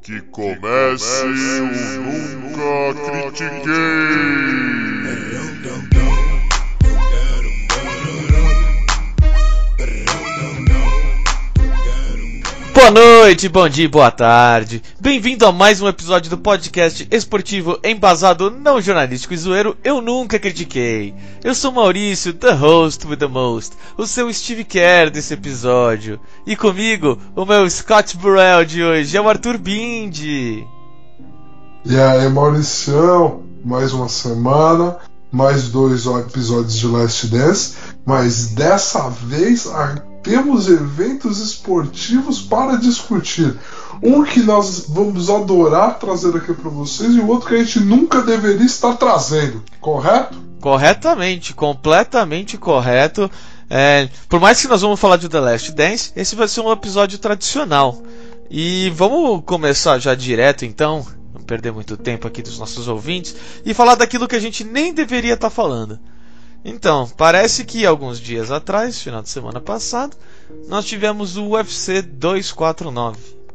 Que comece o Nunca Critiquei! Boa noite, bom dia, boa tarde. Bem-vindo a mais um episódio do podcast esportivo embasado não jornalístico e zoeiro Eu Nunca Critiquei. Eu sou Maurício, the host with the most, o seu Steve Kerr desse episódio. E comigo, o meu Scott Burrell de hoje é o Arthur Bindi. E aí, Mauricião, mais uma semana, mais 2 episódios de Last Dance, mas dessa vez temos eventos esportivos para discutir. Um que nós vamos adorar trazer aqui para vocês e o outro que a gente nunca deveria estar trazendo, correto? Corretamente, completamente correto. Por mais que nós vamos falar de The Last Dance, esse vai ser um episódio tradicional. E vamos começar já direto então, não perder muito tempo aqui dos nossos ouvintes, e falar daquilo que a gente nem deveria estar falando. Então, parece que alguns dias atrás, final de semana passado, nós tivemos o UFC 249.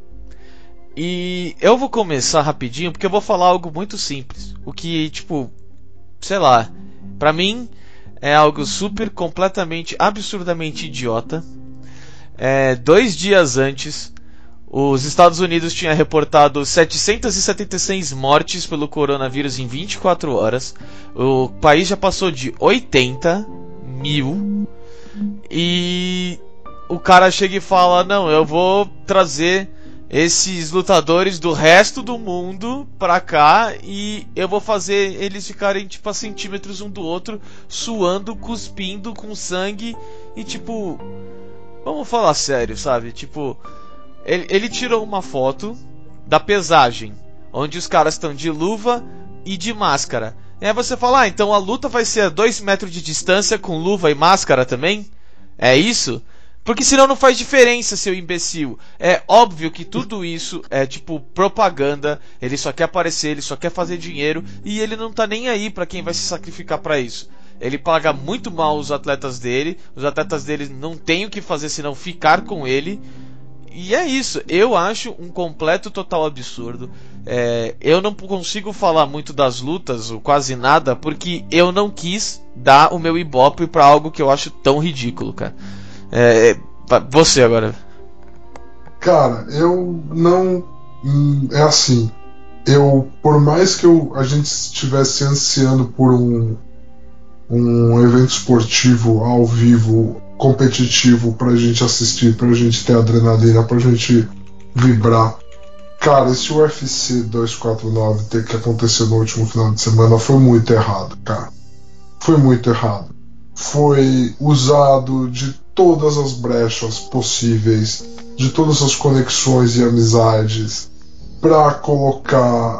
E eu vou começar rapidinho porque eu vou falar algo muito simples. O que, sei lá, pra mim é algo super, completamente, absurdamente idiota. 2 dias antes, os Estados Unidos tinham reportado 776 mortes pelo coronavírus em 24 horas. O país já passou de 80 mil. E o cara chega e fala: não, eu vou trazer esses lutadores do resto do mundo pra cá e eu vou fazer eles ficarem a centímetros um do outro, suando, cuspindo com sangue. E vamos falar sério, sabe? Ele tirou uma foto da pesagem, onde os caras estão de luva e de máscara. E aí você fala: então a luta vai ser a 2 metros de distância com luva e máscara também? É isso? Porque senão não faz diferença, seu imbecil. É óbvio que tudo isso é propaganda. Ele só quer aparecer, ele só quer fazer dinheiro. E ele não tá nem aí pra quem vai se sacrificar pra isso. Ele paga muito mal os atletas dele. Os atletas dele não têm o que fazer senão ficar com ele. E é isso, eu acho um completo total absurdo. Eu não consigo falar muito das lutas, ou quase nada, porque eu não quis dar o meu ibope pra algo que eu acho tão ridículo, cara. Você agora. Cara, eu não... É assim, por mais que a gente estivesse ansiando por um evento esportivo ao vivo competitivo pra gente assistir, pra gente ter adrenalina, pra gente vibrar. Cara, esse UFC 249 ter que acontecer no último final de semana foi muito errado, cara. Foi muito errado. Foi usado de todas as brechas possíveis, de todas as conexões e amizades pra colocar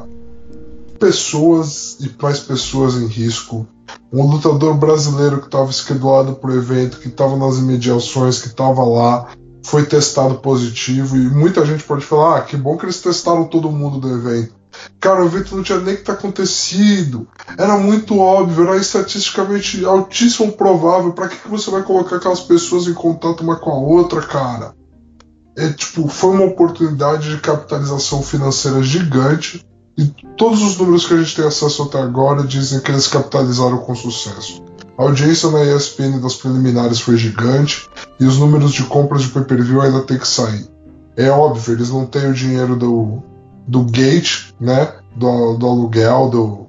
pessoas e mais pessoas em risco. Um lutador brasileiro que estava esquedulado para o evento, que estava nas imediações, que estava lá, foi testado positivo. E muita gente pode falar: que bom que eles testaram todo mundo do evento. Cara, o evento não tinha nem que ter acontecido. Era muito óbvio, era estatisticamente altíssimo provável. Para que você vai colocar aquelas pessoas em contato uma com a outra, cara? Foi uma oportunidade de capitalização financeira gigante. E todos os números que a gente tem acesso até agora dizem que eles capitalizaram com sucesso. A audiência na ESPN das preliminares foi gigante e os números de compras de pay-per-view ainda tem que sair. É óbvio, eles não têm o dinheiro do gate, né? Do aluguel,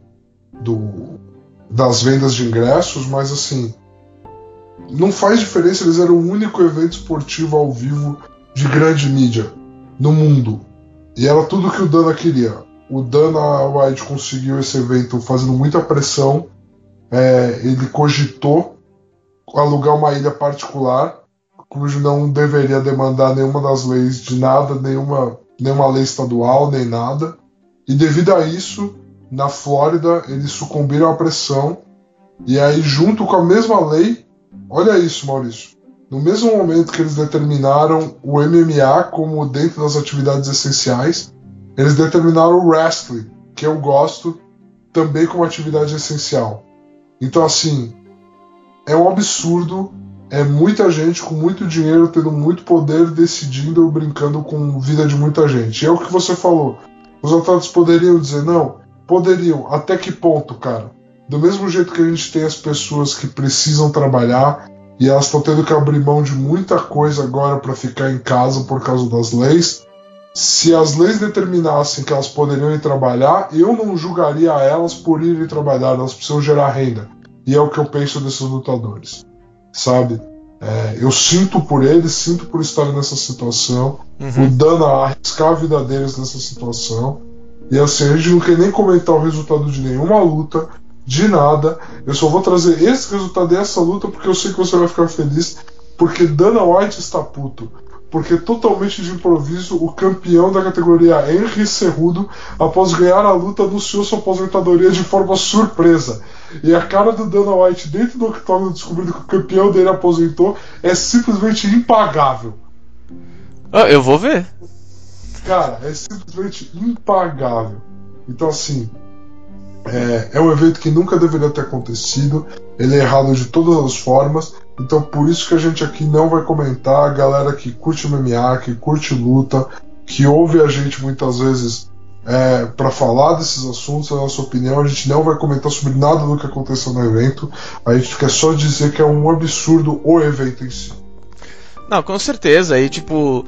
das vendas de ingressos, mas assim, não faz diferença, eles eram o único evento esportivo ao vivo de grande mídia no mundo. E era tudo que o Dana queria. O Dana White conseguiu esse evento fazendo muita pressão. Ele cogitou alugar uma ilha particular, cujo não deveria demandar nenhuma das leis de nada, nenhuma lei estadual, nem nada. E devido a isso, na Flórida, eles sucumbiram à pressão. E aí, junto com a mesma lei, olha isso, Maurício, no mesmo momento que eles determinaram o MMA como dentro das atividades essenciais, eles determinaram o wrestling, que eu gosto, também como atividade essencial. Então, assim, é um absurdo é muita gente com muito dinheiro, tendo muito poder, decidindo ou brincando com a vida de muita gente. E é o que você falou. Os atletas poderiam dizer não? Poderiam. Até que ponto, cara? Do mesmo jeito que a gente tem as pessoas que precisam trabalhar e elas estão tendo que abrir mão de muita coisa agora para ficar em casa por causa das leis, se as leis determinassem que elas poderiam ir trabalhar, eu não julgaria elas por irem trabalhar, elas precisam gerar renda. E é o que eu penso desses lutadores, sabe? Eu sinto por eles, sinto por estarem nessa situação, o dano a arriscar a vida deles nessa situação. E assim, a gente não quer nem comentar o resultado de nenhuma luta, de nada. Eu só vou trazer esse resultado dessa luta porque eu sei que você vai ficar feliz, porque Dana White está puto. Porque totalmente de improviso, o campeão da categoria Henry Cejudo, após ganhar a luta, anunciou sua aposentadoria de forma surpresa. E a cara do Dana White dentro do octógono, descobrindo que o campeão dele aposentou, é simplesmente impagável. Eu vou ver. Cara, é simplesmente impagável. Então assim, é um evento que nunca deveria ter acontecido. Ele é errado de todas as formas. Então por isso que a gente aqui não vai comentar. A galera que curte MMA, que curte luta, que ouve a gente muitas vezes para falar desses assuntos, a nossa opinião, a gente não vai comentar sobre nada do que aconteceu no evento. A gente quer só dizer que é um absurdo o evento em si. Não, com certeza. E tipo,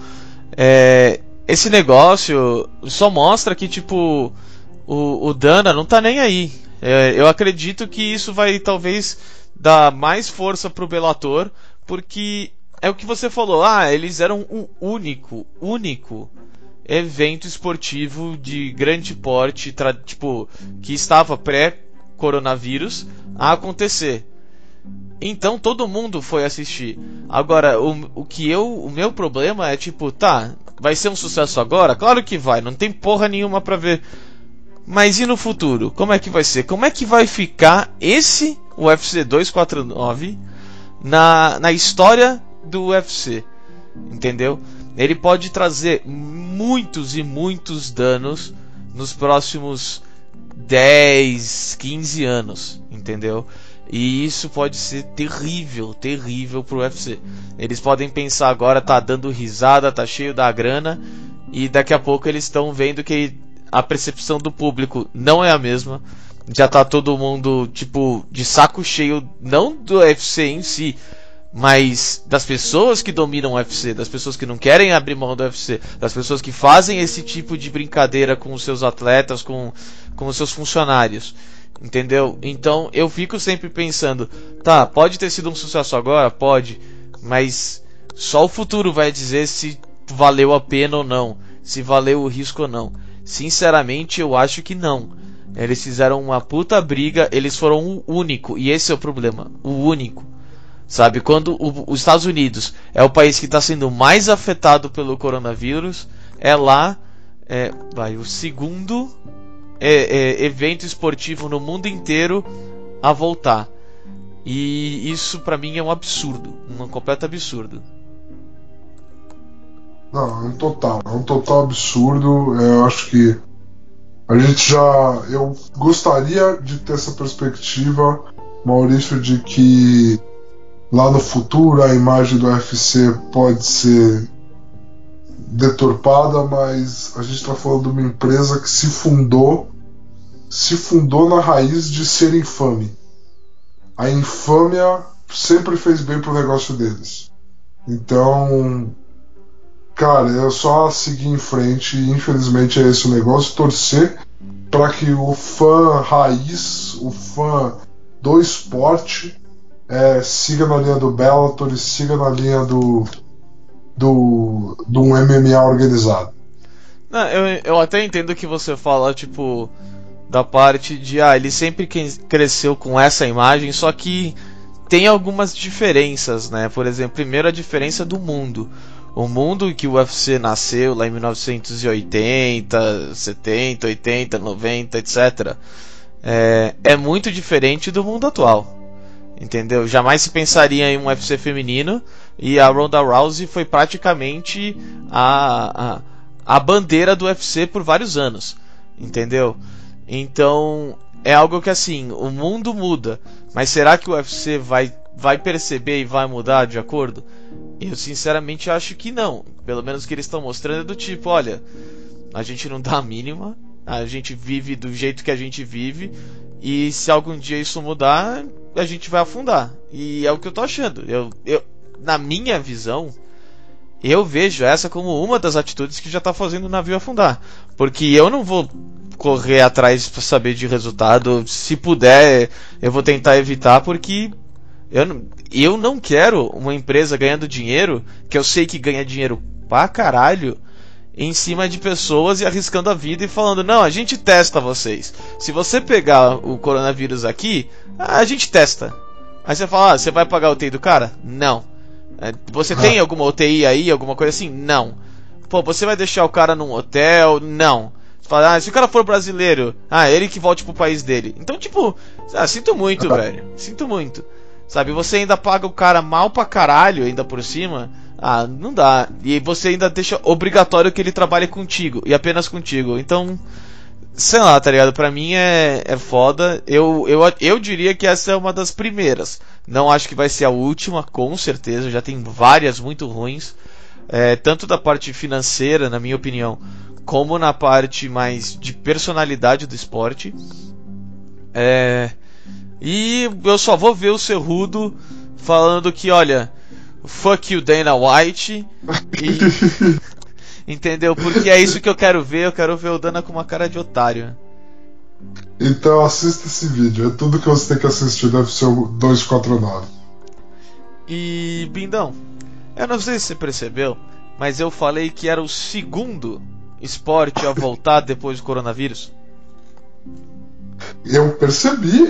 esse negócio só mostra que tipo o Dana não tá nem aí. Eu acredito que isso vai talvez dar mais força pro Bellator, porque é o que você falou, eles eram o único evento esportivo de grande porte, tipo, que estava pré-coronavírus a acontecer. Então todo mundo foi assistir. Agora, o meu problema é tipo, vai ser um sucesso agora? Claro que vai, não tem porra nenhuma pra ver. Mas e no futuro? Como é que vai ser? Como é que vai ficar esse UFC 249 na história do UFC? Entendeu? Ele pode trazer muitos e muitos danos nos próximos 10, 15 anos. Entendeu? E isso pode ser terrível pro UFC. Eles podem pensar agora, tá dando risada, tá cheio da grana, e daqui a pouco eles estão vendo que a percepção do público não é a mesma. Já tá todo mundo, tipo, de saco cheio, não do UFC em si, mas das pessoas que dominam o UFC, das pessoas que não querem abrir mão do UFC, das pessoas que fazem esse tipo de brincadeira com os seus atletas, com os seus funcionários. Entendeu? Então eu fico sempre pensando, pode ter sido um sucesso agora? Pode, mas só o futuro vai dizer se valeu a pena ou não, se valeu o risco ou não. Sinceramente, eu acho que não. Eles fizeram uma puta briga, eles foram o único, e esse é o problema, o único. Sabe, quando os Estados Unidos é o país que está sendo mais afetado pelo coronavírus, o segundo evento esportivo no mundo inteiro a voltar. E isso pra mim é um absurdo, um completo absurdo. Não, é um total absurdo. Eu acho que eu gostaria de ter essa perspectiva, Maurício, de que lá no futuro a imagem do UFC pode ser deturpada, mas a gente está falando de uma empresa que se fundou na raiz de ser infame. A infâmia sempre fez bem pro negócio deles. Então, cara, é só seguir em frente. Infelizmente é esse o negócio, torcer para que o fã raiz, o fã do esporte, siga na linha do Bellator e siga na linha do um MMA organizado. Não, eu até entendo que você fala, tipo, da parte de ele sempre cresceu com essa imagem, só que tem algumas diferenças, né? Por exemplo, primeiro a diferença do mundo. O mundo que o UFC nasceu lá em 1980, 70, 80, 90, etc. É muito diferente do mundo atual. Entendeu? Jamais se pensaria em um UFC feminino, e a Ronda Rousey foi praticamente a bandeira do UFC por vários anos. Entendeu? Então é algo que assim, o mundo muda, mas será que o UFC vai vai perceber e vai mudar de acordo? Eu sinceramente acho que não. Pelo menos o que eles estão mostrando é do tipo, olha, a gente não dá a mínima, a gente vive do jeito que a gente vive, e se algum dia isso mudar, a gente vai afundar. E é o que eu tô achando. Na minha visão, eu vejo essa como uma das atitudes que já tá fazendo o navio afundar. Porque eu não vou correr atrás para saber de resultado. Se puder, eu vou tentar evitar, porque eu não quero uma empresa ganhando dinheiro, que eu sei que ganha dinheiro pra caralho, em cima de pessoas e arriscando a vida e falando, não, a gente testa vocês. Se você pegar o coronavírus aqui, a gente testa. Aí você fala, você vai pagar a UTI do cara? Não. Você tem alguma UTI aí, alguma coisa assim? Não. Pô, você vai deixar o cara num hotel? Não. Você fala, se o cara for brasileiro, ele que volte pro país dele. Então, tipo, sinto muito, velho. Sinto muito. Sabe, você ainda paga o cara mal pra caralho, ainda por cima. Não dá. E você ainda deixa obrigatório que ele trabalhe contigo, e apenas contigo. Então, sei lá, tá ligado? Pra mim é foda. Eu diria que essa é uma das primeiras. Não acho que vai ser a última, com certeza. Já tem várias muito ruins. Tanto da parte financeira, na minha opinião, como na parte mais de personalidade do esporte. E eu só vou ver o Cerrudo falando que, olha, fuck you Dana White. Entendeu? Porque é isso que eu quero ver. Eu quero ver o Dana com uma cara de otário. Então assista esse vídeo. É tudo que você tem que assistir. Deve ser o 249. E, Bindão, eu não sei se você percebeu, mas eu falei que era o segundo esporte a voltar depois do coronavírus. Eu percebi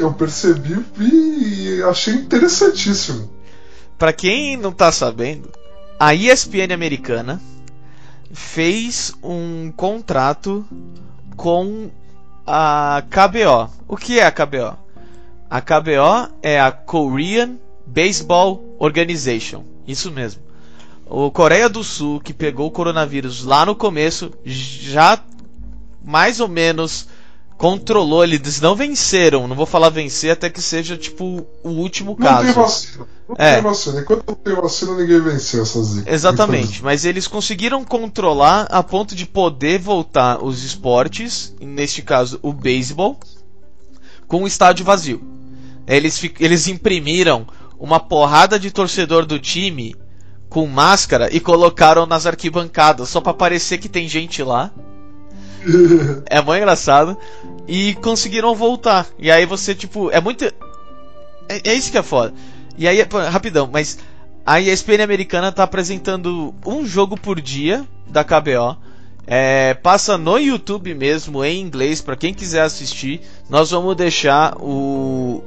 e achei interessantíssimo. Pra quem não tá sabendo, a ESPN americana fez um contrato com a KBO. O que é a KBO? A KBO é a Korean Baseball Organization. Isso mesmo. O Coreia do Sul, que pegou o coronavírus lá no começo, já mais ou menos controlou. Eles não venceram. Não vou falar vencer até que seja tipo o último caso. Não tem vacina. Não tem vacina. Enquanto não tem vacina, ninguém venceu essa zica. Exatamente. Mas eles conseguiram controlar a ponto de poder voltar os esportes, neste caso o beisebol, com o estádio vazio. Eles imprimiram uma porrada de torcedor do time com máscara e colocaram nas arquibancadas só pra parecer que tem gente lá. É muito engraçado. E conseguiram voltar. E aí você, tipo, é muito... É isso que é foda. E aí, rapidão, mas a ESPN americana tá apresentando um jogo por dia da KBO. Passa no YouTube mesmo, em inglês, pra quem quiser assistir. Nós vamos deixar o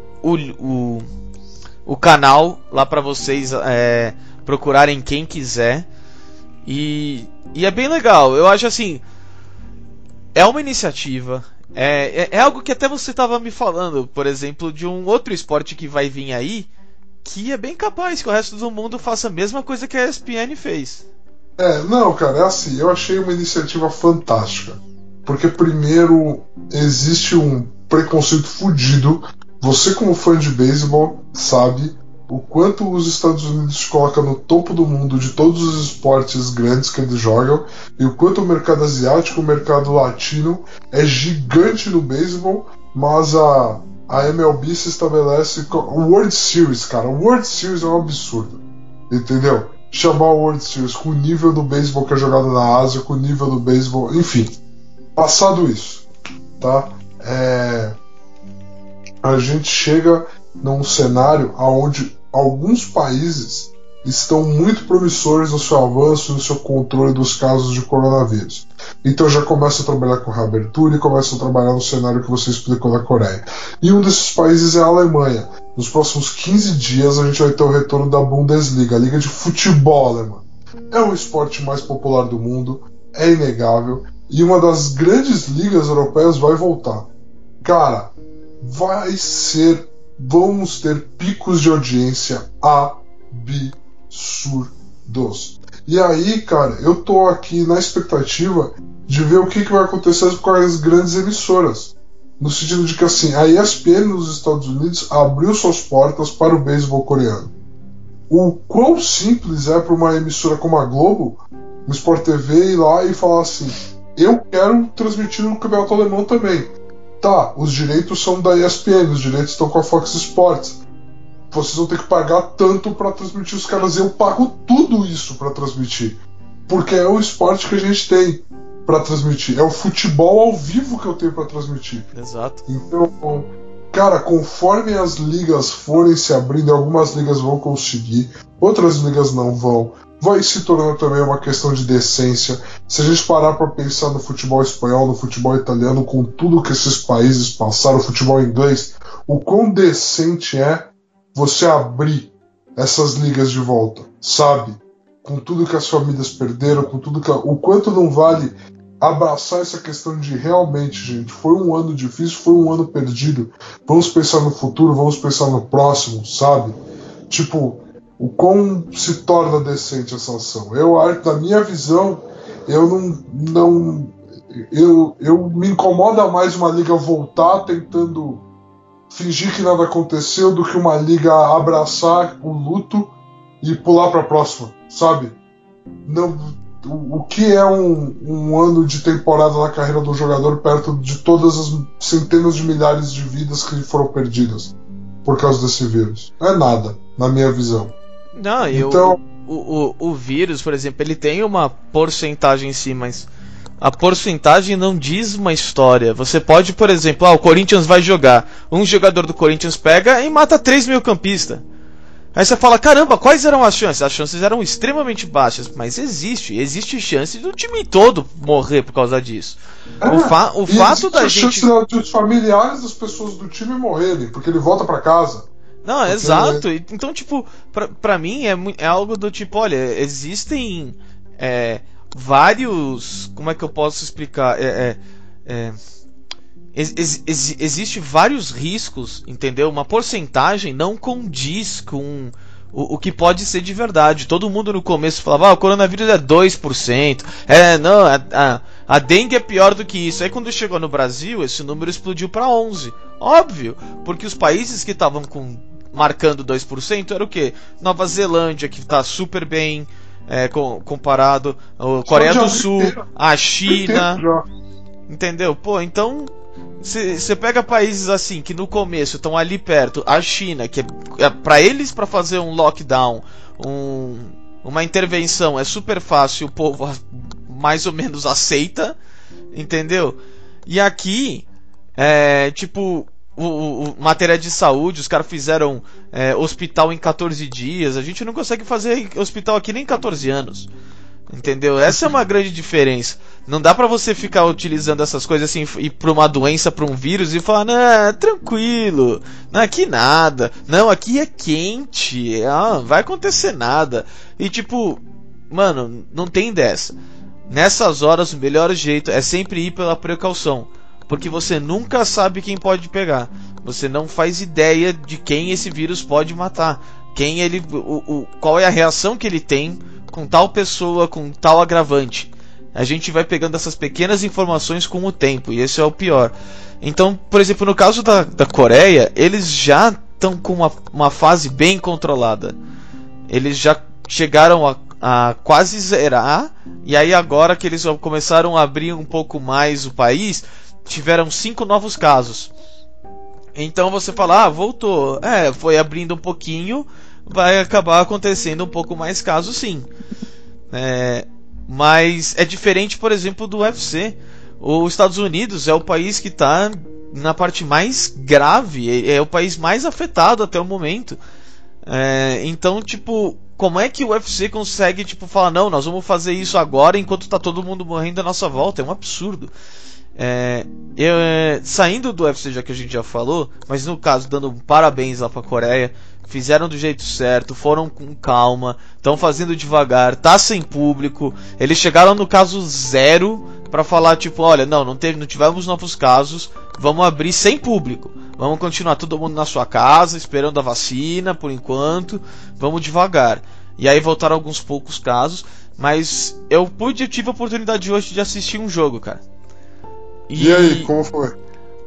canal lá pra vocês procurarem quem quiser. E é bem legal. Eu acho assim, é uma iniciativa. É algo que até você estava me falando, por exemplo, de um outro esporte que vai vir aí, que é bem capaz que o resto do mundo faça a mesma coisa que a ESPN fez. Não, cara, é assim, eu achei uma iniciativa fantástica. Porque primeiro, existe um preconceito fudido. Você, como fã de beisebol, sabe o quanto os Estados Unidos colocam no topo do mundo de todos os esportes grandes que eles jogam, e o quanto o mercado asiático, o mercado latino é gigante no beisebol, mas a MLB se estabelece com o World Series, cara. O World Series é um absurdo, entendeu? Chamar o World Series com o nível do beisebol que é jogado na Ásia, com o nível do beisebol, enfim. Passado isso, tá? A gente chega num cenário onde alguns países estão muito promissores no seu avanço, no seu controle dos casos de coronavírus. Então já começa a trabalhar com reabertura e começa a trabalhar no cenário que você explicou da Coreia. E um desses países é a Alemanha. Nos próximos 15 dias a gente vai ter o retorno da Bundesliga, a liga de futebol alemã. É o esporte mais popular do mundo, é inegável, e uma das grandes ligas europeias vai voltar. Cara, vamos ter picos de audiência absurdos. E aí, cara, eu tô aqui na expectativa de ver o que vai acontecer com as grandes emissoras. no sentido de que assim, a ESPN nos Estados Unidos abriu suas portas para o beisebol coreano. O quão simples é para uma emissora como a Globo, o Sport TV, ir lá e falar assim: eu quero transmitir no campeonato alemão também. Tá, os direitos são da ESPN, os direitos estão com a Fox Sports. Vocês vão ter que pagar tanto para transmitir os caras. Eu pago tudo isso para transmitir, porque é o esporte que a gente tem para transmitir, é o futebol ao vivo que eu tenho para transmitir. Exato. Então, cara, conforme as ligas forem se abrindo, algumas ligas vão conseguir, outras ligas não vão. Vai se tornando também uma questão de decência. Se a gente parar para pensar no futebol espanhol, no futebol italiano, com tudo que esses países passaram, o futebol inglês, o quão decente é você abrir essas ligas de volta, sabe? Com tudo que as famílias perderam, com tudo que... O quanto não vale abraçar essa questão de realmente, gente, foi um ano difícil, foi um ano perdido. Vamos pensar no futuro, vamos pensar no próximo, sabe? Tipo, o quão se torna decente essa ação. Na minha visão, eu me incomoda mais uma liga voltar tentando fingir que nada aconteceu do que uma liga abraçar o luto e pular para a próxima, sabe? Não, o que é um ano de temporada na carreira do jogador perto de todas as centenas de milhares de vidas que foram perdidas por causa desse vírus? Não é nada, na minha visão. Não, então, o vírus, por exemplo, ele tem uma porcentagem em si, mas a porcentagem não diz uma história. Você pode, por exemplo, o Corinthians vai jogar, um jogador do Corinthians pega e mata 3 meio-campistas. Aí você fala, caramba, quais eram as chances? As chances eram extremamente baixas, mas existe chance do time todo morrer por causa disso. O fato da gente... chance dos familiares das pessoas do time morrerem, porque ele volta pra casa. Não, porque... exato. Então, tipo, pra mim é algo do tipo, olha, existem vários... Como é que eu posso explicar? Existe vários riscos, entendeu? Uma porcentagem não condiz com o que pode ser de verdade. Todo mundo no começo falava, o coronavírus é 2%. Não, a dengue é pior do que isso. Aí quando chegou no Brasil, esse número explodiu para 11%. Óbvio, porque os países que estavam marcando 2% era o quê? Nova Zelândia, que está super bem comparado, a Coreia do Sul, a China, entendeu? Pô, então... Você pega países assim que no começo estão ali perto, a China, que para eles, para fazer um lockdown, uma intervenção é super fácil, o povo mais ou menos aceita, entendeu? E aqui, tipo, matéria de saúde, os caras fizeram hospital em 14 dias, a gente não consegue fazer hospital aqui nem em 14 anos. Entendeu? Essa é uma grande diferença. Não dá pra você ficar utilizando essas coisas assim, ir pra uma doença, pra um vírus e falar, não, tranquilo, não, aqui nada, não, aqui é quente, vai acontecer nada. E tipo, mano, não tem dessa. Nessas horas o melhor jeito é sempre ir pela precaução, porque você nunca sabe quem pode pegar. Você não faz ideia de quem esse vírus pode matar, qual é a reação que ele tem com tal pessoa, com tal agravante. A gente vai pegando essas pequenas informações com o tempo, e esse é o pior. Então, por exemplo, no caso da Coreia, eles já estão com uma fase bem controlada. Eles já chegaram a quase zerar, e aí agora que eles começaram a abrir um pouco mais o país, tiveram 5 novos casos. Então você fala, voltou. Foi abrindo um pouquinho, vai acabar acontecendo um pouco mais casos, sim. Mas é diferente, por exemplo, do UFC. Os Estados Unidos é o país que está na parte mais grave, é o país mais afetado até o momento. Então, tipo, como é que o UFC consegue falar, não, nós vamos fazer isso agora enquanto está todo mundo morrendo à nossa volta? É um absurdo. Saindo do UFC, já que a gente já falou, mas no caso, dando parabéns lá pra Coreia, fizeram do jeito certo, foram com calma, estão fazendo devagar, tá sem público. Eles chegaram no caso 0 pra falar, olha, não tivemos novos casos, vamos abrir sem público, vamos continuar todo mundo na sua casa, esperando a vacina por enquanto, vamos devagar. E aí voltaram alguns poucos casos, mas eu tive a oportunidade hoje de assistir um jogo, cara. E aí, como foi?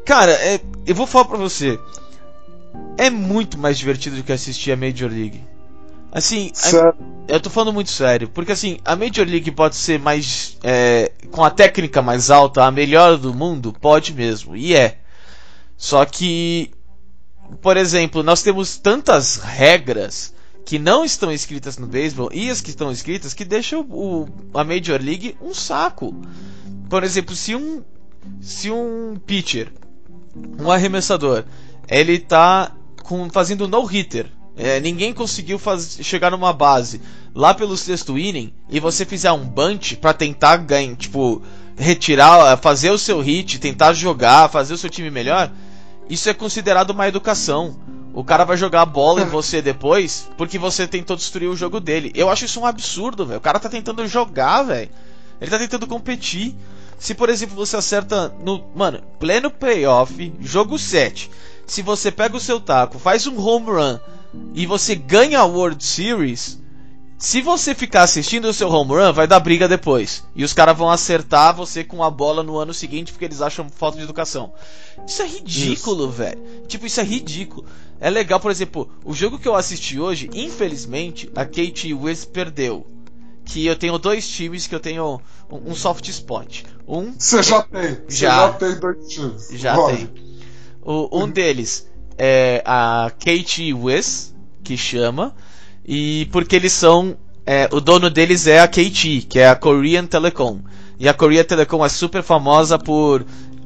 Cara, eu vou falar pra você. É muito mais divertido do que assistir a Major League. Assim, eu tô falando muito sério. Porque assim, a Major League pode ser mais... com a técnica mais alta, a melhor do mundo? Pode mesmo, e é. Só que... Por exemplo, nós temos tantas regras que não estão escritas no beisebol e as que estão escritas que deixam a Major League um saco. Por exemplo, se um pitcher, um arremessador, ele tá fazendo no-hitter, ninguém conseguiu chegar numa base lá pelo sexto inning, e você fizer um bunt pra tentar ganhar, tipo, retirar, fazer o seu hit, tentar jogar, fazer o seu time melhor, isso é considerado uma educação. O cara vai jogar a bola em você depois porque você tentou destruir o jogo dele. Eu acho isso um absurdo, velho. O cara tá tentando jogar, velho. Ele tá tentando competir. Se, por exemplo, você acerta mano, pleno playoff, jogo 7. Se você pega o seu taco, faz um home run e você ganha a World Series, se você ficar assistindo o seu home run, vai dar briga depois. E os caras vão acertar você com a bola no ano seguinte porque eles acham falta de educação. Isso é ridículo, velho. Tipo, isso é ridículo. É legal, por exemplo, o jogo que eu assisti hoje, infelizmente, a KT Wiz perdeu. Que eu tenho 2 times que eu tenho um soft spot. Você já tem. Já tem 2 times. Já tem. Um deles é a KT Wiz, que chama. E porque eles são... o dono deles é a KT, que é a Korean Telecom. E a Korean Telecom é super famosa por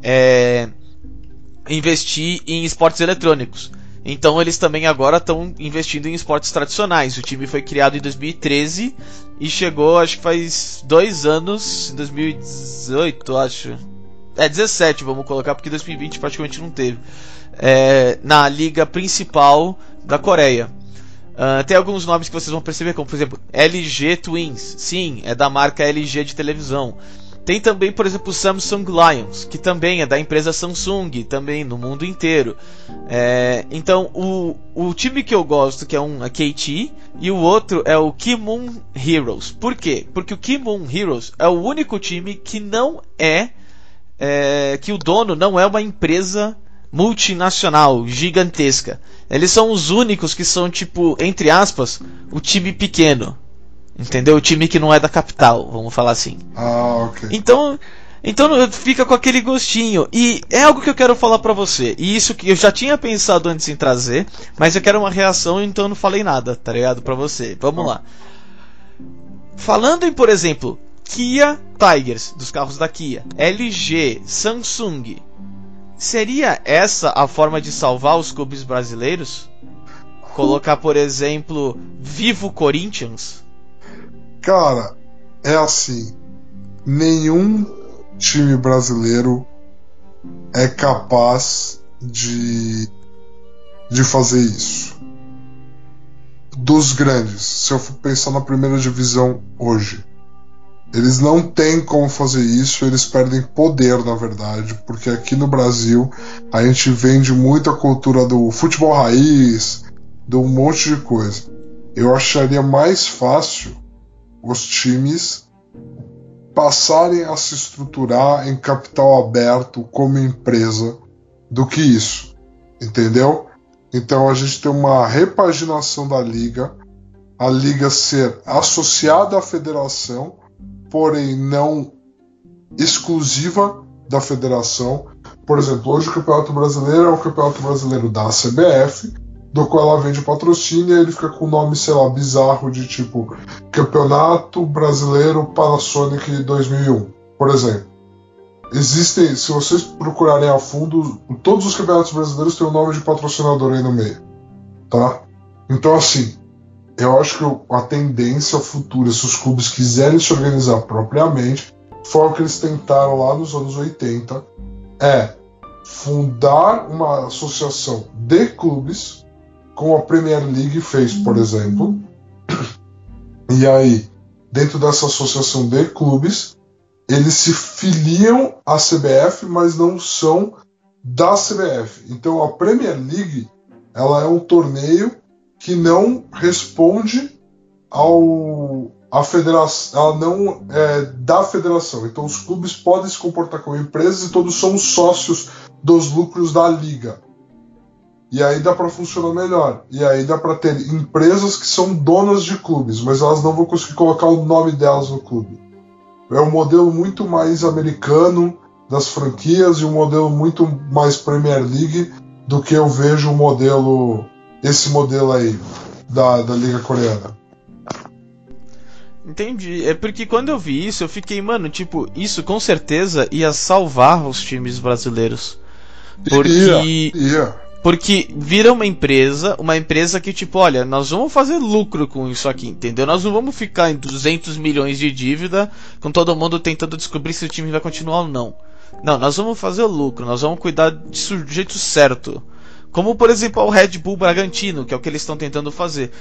investir em esportes eletrônicos. Então eles também agora estão investindo em esportes tradicionais. O time foi criado em 2013 e chegou, acho que faz 2 anos, em 2018, acho. 17, vamos colocar, porque 2020 praticamente não teve. Na liga principal da Coreia. Tem alguns nomes que vocês vão perceber, como por exemplo LG Twins. Sim, é da marca LG de televisão. Tem também, por exemplo, o Samsung Lions, que também é da empresa Samsung, também no mundo inteiro. Então, o time que eu gosto, que é a KT, e o outro é o Kimun Heroes. Por quê? Porque o Kimun Heroes é o único time que não que o dono não é uma empresa multinacional, gigantesca. Eles são os únicos que são, tipo, entre aspas, o time pequeno. Entendeu? O time que não é da capital, vamos falar assim. Ok. Então fica com aquele gostinho. E é algo que eu quero falar pra você. E isso que eu já tinha pensado antes em trazer, mas eu quero uma reação, então eu não falei nada, tá ligado? Pra você. Vamos lá. Falando em, por exemplo, Kia Tigers, dos carros da Kia, LG, Samsung, seria essa a forma de salvar os clubes brasileiros? Colocar, por exemplo, Vivo Corinthians? Cara, é assim, nenhum time brasileiro é capaz de fazer isso. Dos grandes, se eu for pensar na primeira divisão hoje, eles não têm como fazer isso, eles perdem poder, na verdade, porque aqui no Brasil a gente vende muito a cultura do futebol raiz, de um monte de coisa. Eu acharia mais fácil os times passarem a se estruturar em capital aberto como empresa do que isso, entendeu? Então a gente tem uma repaginação da liga, a liga ser associada à federação, porém não exclusiva da federação. Por exemplo, hoje o Campeonato Brasileiro é o Campeonato Brasileiro da CBF, do qual ela vende patrocínio, e ele fica com um nome, sei lá, bizarro de tipo Campeonato Brasileiro Panasonic 2001, por exemplo. Existem, se vocês procurarem a fundo, todos os campeonatos brasileiros têm um nome de patrocinador aí no meio, tá? Então, assim, eu acho que a tendência futura, se os clubes quiserem se organizar propriamente, foi o que eles tentaram lá nos anos 80, é fundar uma associação de clubes, como a Premier League fez, por exemplo. E aí, dentro dessa associação de clubes, eles se filiam à CBF, mas não são da CBF. Então a Premier League, ela é um torneio que não responde a federação, ela não é da federação. Então os clubes podem se comportar como empresas e todos são sócios dos lucros da liga. E aí dá para funcionar melhor. E aí dá para ter empresas que são donas de clubes, mas elas não vão conseguir colocar o nome delas no clube. É um modelo muito mais americano das franquias e um modelo muito mais Premier League do que eu vejo esse modelo aí da Liga Coreana. Entendi. É porque quando eu vi isso, eu fiquei, mano, tipo, isso com certeza ia salvar os times brasileiros. Porque... Porque vira uma empresa que tipo, olha, nós vamos fazer lucro com isso aqui, entendeu? Nós não vamos ficar em 200 milhões de dívida com todo mundo tentando descobrir se o time vai continuar ou não. Não, nós vamos fazer lucro, nós vamos cuidar disso do jeito certo. Como, por exemplo, o Red Bull Bragantino, que é o que eles estão tentando fazer.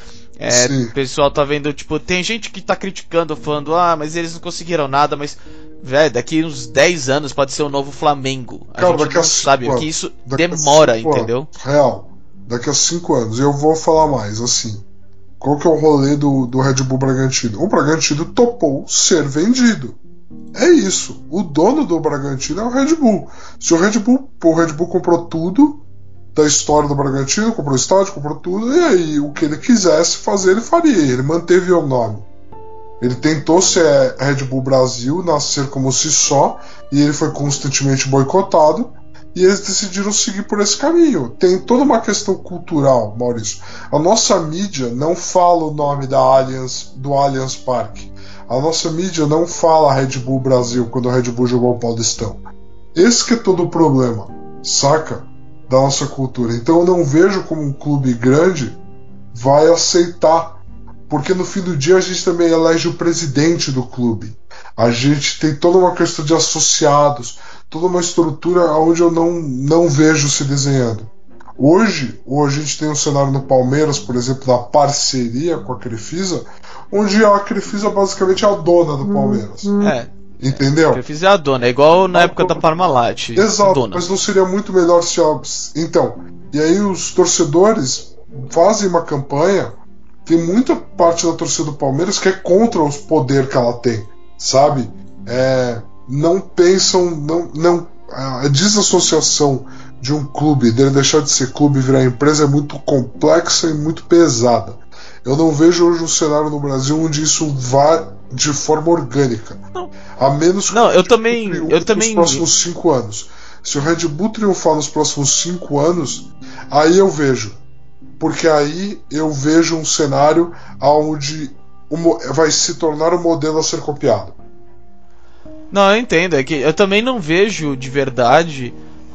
O pessoal tá vendo, tipo, tem gente que tá criticando, falando, mas eles não conseguiram nada, mas... Velho, daqui uns 10 anos pode ser o novo Flamengo. A gente não sabe, porque isso demora, entendeu? Real, daqui a 5 anos. E eu vou falar mais, assim. Qual que é o rolê do Red Bull Bragantino? O Bragantino topou ser vendido. É isso. O dono do Bragantino é o Red Bull. Se o Red Bull comprou tudo da história do Bragantino, comprou o estádio, comprou tudo, e aí o que ele quisesse fazer, ele faria. Ele manteve o nome. Ele tentou ser Red Bull Brasil, nascer como si só, e ele foi constantemente boicotado, e eles decidiram seguir por esse caminho. Tem toda uma questão cultural, Maurício. A nossa mídia não fala o nome do Allianz Parque. A nossa mídia não fala Red Bull Brasil quando o Red Bull jogou o Paulistão. Esse que é todo o problema, saca? Da nossa cultura. Então eu não vejo como um clube grande vai aceitar. Porque no fim do dia a gente também elege o presidente do clube. A gente tem toda uma questão de associados, toda uma estrutura onde eu não vejo se desenhando. Hoje a gente tem um cenário no Palmeiras, por exemplo, da parceria com a Crefisa, onde a Crefisa basicamente é a dona do Palmeiras. Entendeu? A Crefisa é a dona, é igual na época da Parmalat. Exato, dona. Mas não seria muito melhor se... Então, e aí os torcedores fazem uma campanha. Tem muita parte da torcida do Palmeiras que é contra os poderes que ela tem, sabe? Não pensam, a desassociação de um clube, dele deixar de ser clube e virar empresa é muito complexa e muito pesada. Eu não vejo hoje um cenário no Brasil onde isso vá de forma orgânica. Não. A menos que eu também nos próximos 5 anos. Se o Red Bull triunfar nos próximos 5 anos, aí eu vejo. Porque aí eu vejo um cenário onde vai se tornar um modelo a ser copiado. Não, eu entendo. É que eu também não vejo de verdade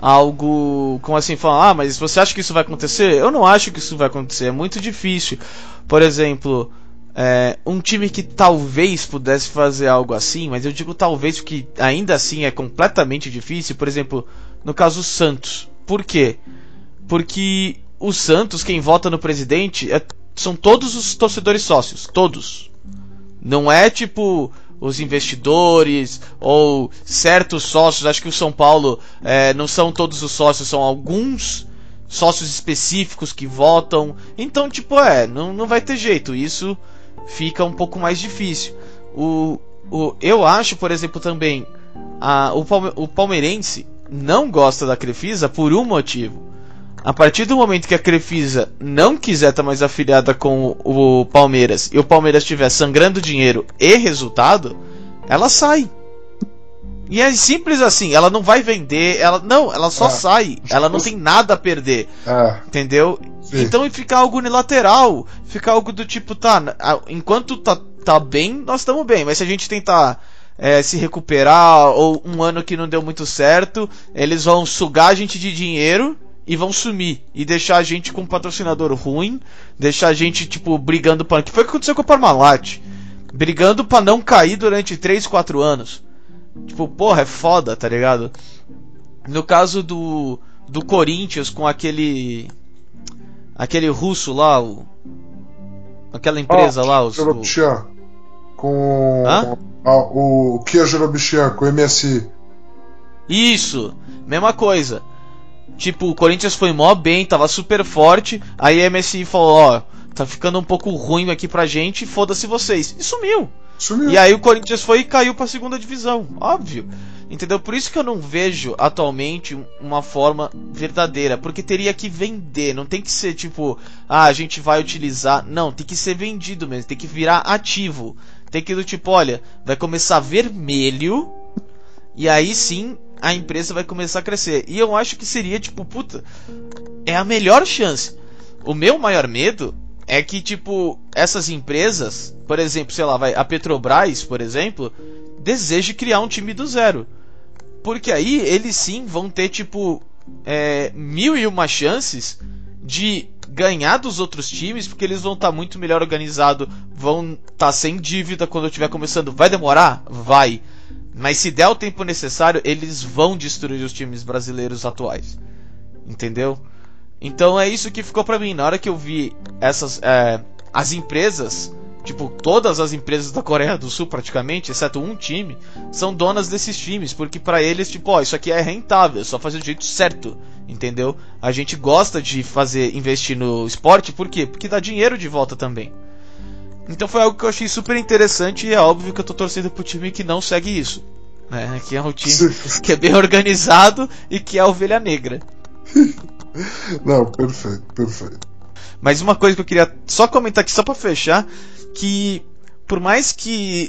algo como assim, falar, mas você acha que isso vai acontecer? Eu não acho que isso vai acontecer. É muito difícil. Por exemplo, um time que talvez pudesse fazer algo assim, mas eu digo talvez porque ainda assim é completamente difícil. Por exemplo, no caso do Santos. Por quê? Porque o Santos, quem vota no presidente, são todos os torcedores sócios. Todos. Não é tipo os investidores ou certos sócios. Acho que o São Paulo não são todos os sócios, são alguns sócios específicos que votam. Então, tipo, não vai ter jeito. Isso fica um pouco mais difícil. Eu acho, por exemplo, também o palmeirense não gosta da Crefisa por um motivo. A partir do momento que a Crefisa não quiser estar mais afiliada com o Palmeiras e o Palmeiras estiver sangrando dinheiro e resultado, ela sai. E é simples assim, ela não vai vender, ela só sai, ela não tem nada a perder, entendeu? Sim. Então fica algo unilateral, fica algo do tipo, enquanto tá bem, nós estamos bem, mas se a gente tentar se recuperar, ou um ano que não deu muito certo, eles vão sugar a gente de dinheiro e vão sumir e deixar a gente com um patrocinador ruim, deixar a gente tipo brigando que foi o que aconteceu com o Parmalat, brigando pra não cair durante 3, 4 anos. Tipo, porra, é foda, tá ligado? No caso do Corinthians com aquele russo lá, aquela empresa lá, com o Kia Jorobichian, com o MSI. Isso, mesma coisa. Tipo, o Corinthians foi mó bem, tava super forte. Aí a MSI falou, tá ficando um pouco ruim aqui pra gente, foda-se vocês. E sumiu. Isso mesmo. E aí o Corinthians foi e caiu pra segunda divisão, óbvio. Entendeu? Por isso que eu não vejo atualmente uma forma verdadeira. Porque teria que vender. Não tem que ser tipo, a gente vai utilizar. Não, tem que ser vendido mesmo. Tem que virar ativo. Tem que do tipo, olha, vai começar vermelho. E aí sim a empresa vai começar a crescer. E eu acho que seria tipo, puta, é a melhor chance. O meu maior medo é que tipo, essas empresas, por exemplo, sei lá, a Petrobras, por exemplo, deseje criar um time do zero. Porque aí eles sim vão ter tipo 1001 chances de ganhar dos outros times, porque eles vão estar muito melhor organizados, vão estar sem dívida quando eu estiver começando. Vai demorar? Vai. Mas se der o tempo necessário, eles vão destruir os times brasileiros atuais. Entendeu? Então é isso que ficou pra mim. Na hora que eu vi as empresas, tipo, todas as empresas da Coreia do Sul praticamente, exceto um time, são donas desses times, porque pra eles, tipo, ó, isso aqui é rentável, é só fazer do jeito certo, entendeu? A gente gosta de investir no esporte, por quê? Porque dá dinheiro de volta também. Então foi algo que eu achei super interessante e é óbvio que eu tô torcendo pro time que não segue isso, né? Que é um time que é bem organizado e que é a ovelha negra. Não, perfeito. Mas uma coisa que eu queria só comentar aqui, só pra fechar, que por mais que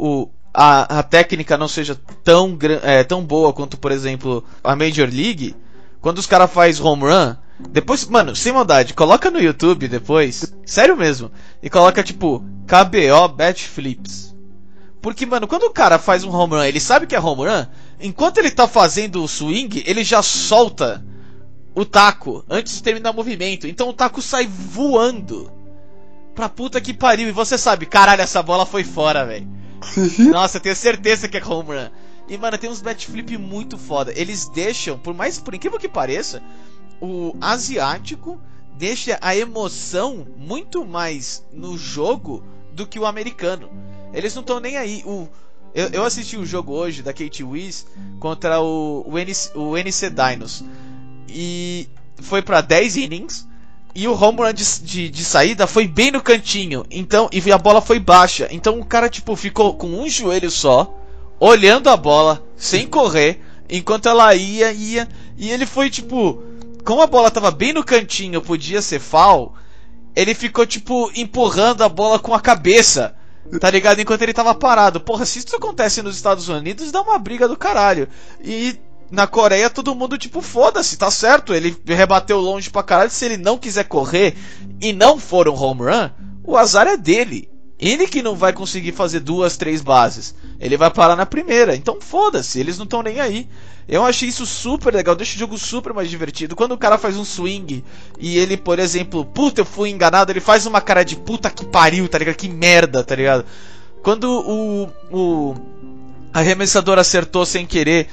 a técnica não seja tão boa quanto, por exemplo, a Major League, quando os caras fazem home run, depois, mano, sem maldade, coloca no YouTube depois, sério mesmo, e coloca tipo KBO Bat Flips. Porque, mano, quando o cara faz um home run, ele sabe que é home run, enquanto ele tá fazendo o swing, ele já solta o taco antes de terminar o movimento. Então o taco sai voando pra puta que pariu. E você sabe, caralho, essa bola foi fora, velho. Nossa, eu tenho certeza que é home run. E, mano, tem uns bat flip muito foda. Eles deixam, por incrível que pareça, o asiático deixa a emoção muito mais no jogo do que o americano. Eles não estão nem aí. Eu assisti o jogo hoje da KT Wiz contra o NC Dinos. E foi pra 10 innings. E o home run de saída foi bem no cantinho. Então, e a bola foi baixa. Então o cara tipo ficou com um joelho só, olhando a bola, sem correr, enquanto ela ia. E ele foi tipo, como a bola tava bem no cantinho, podia ser foul, ele ficou tipo empurrando a bola com a cabeça, tá ligado? Enquanto ele tava parado. Porra, se isso acontece nos Estados Unidos, dá uma briga do caralho. E na Coreia todo mundo tipo, foda-se, tá certo, ele rebateu longe pra caralho. Se ele não quiser correr e não for um home run, o azar é dele. Ele que não vai conseguir fazer 2, 3 bases, ele vai parar na primeira. Então foda-se, eles não estão nem aí. Eu achei isso super legal, deixa o jogo super mais divertido. Quando o cara faz um swing e ele, por exemplo, puta, eu fui enganado, ele faz uma cara de puta que pariu, tá ligado? Que merda, tá ligado? Quando o arremessador acertou sem querer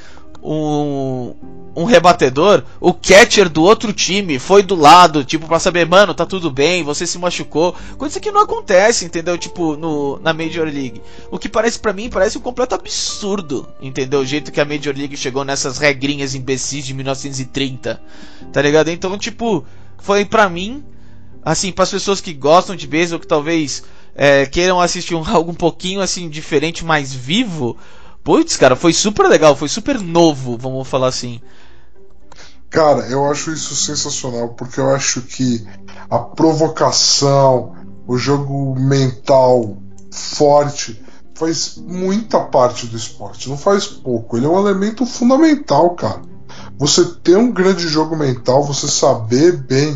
um rebatedor, o catcher do outro time foi do lado, tipo, pra saber, mano, tá tudo bem, você se machucou. Coisa que não acontece, entendeu? Tipo, na Major League. O que parece pra mim, parece um completo absurdo, entendeu? O jeito que a Major League chegou nessas regrinhas imbecis de 1930, tá ligado? Então, tipo, foi pra mim, assim, pras pessoas que gostam de beisebol, que talvez queiram assistir algo um pouquinho, assim, diferente, mais vivo. Putz, cara, foi super legal, foi super novo, vamos falar assim. Cara, eu acho isso sensacional, porque eu acho que a provocação, o jogo mental forte, faz muita parte do esporte, não faz pouco. Ele é um elemento fundamental, cara. Você ter um grande jogo mental, você saber bem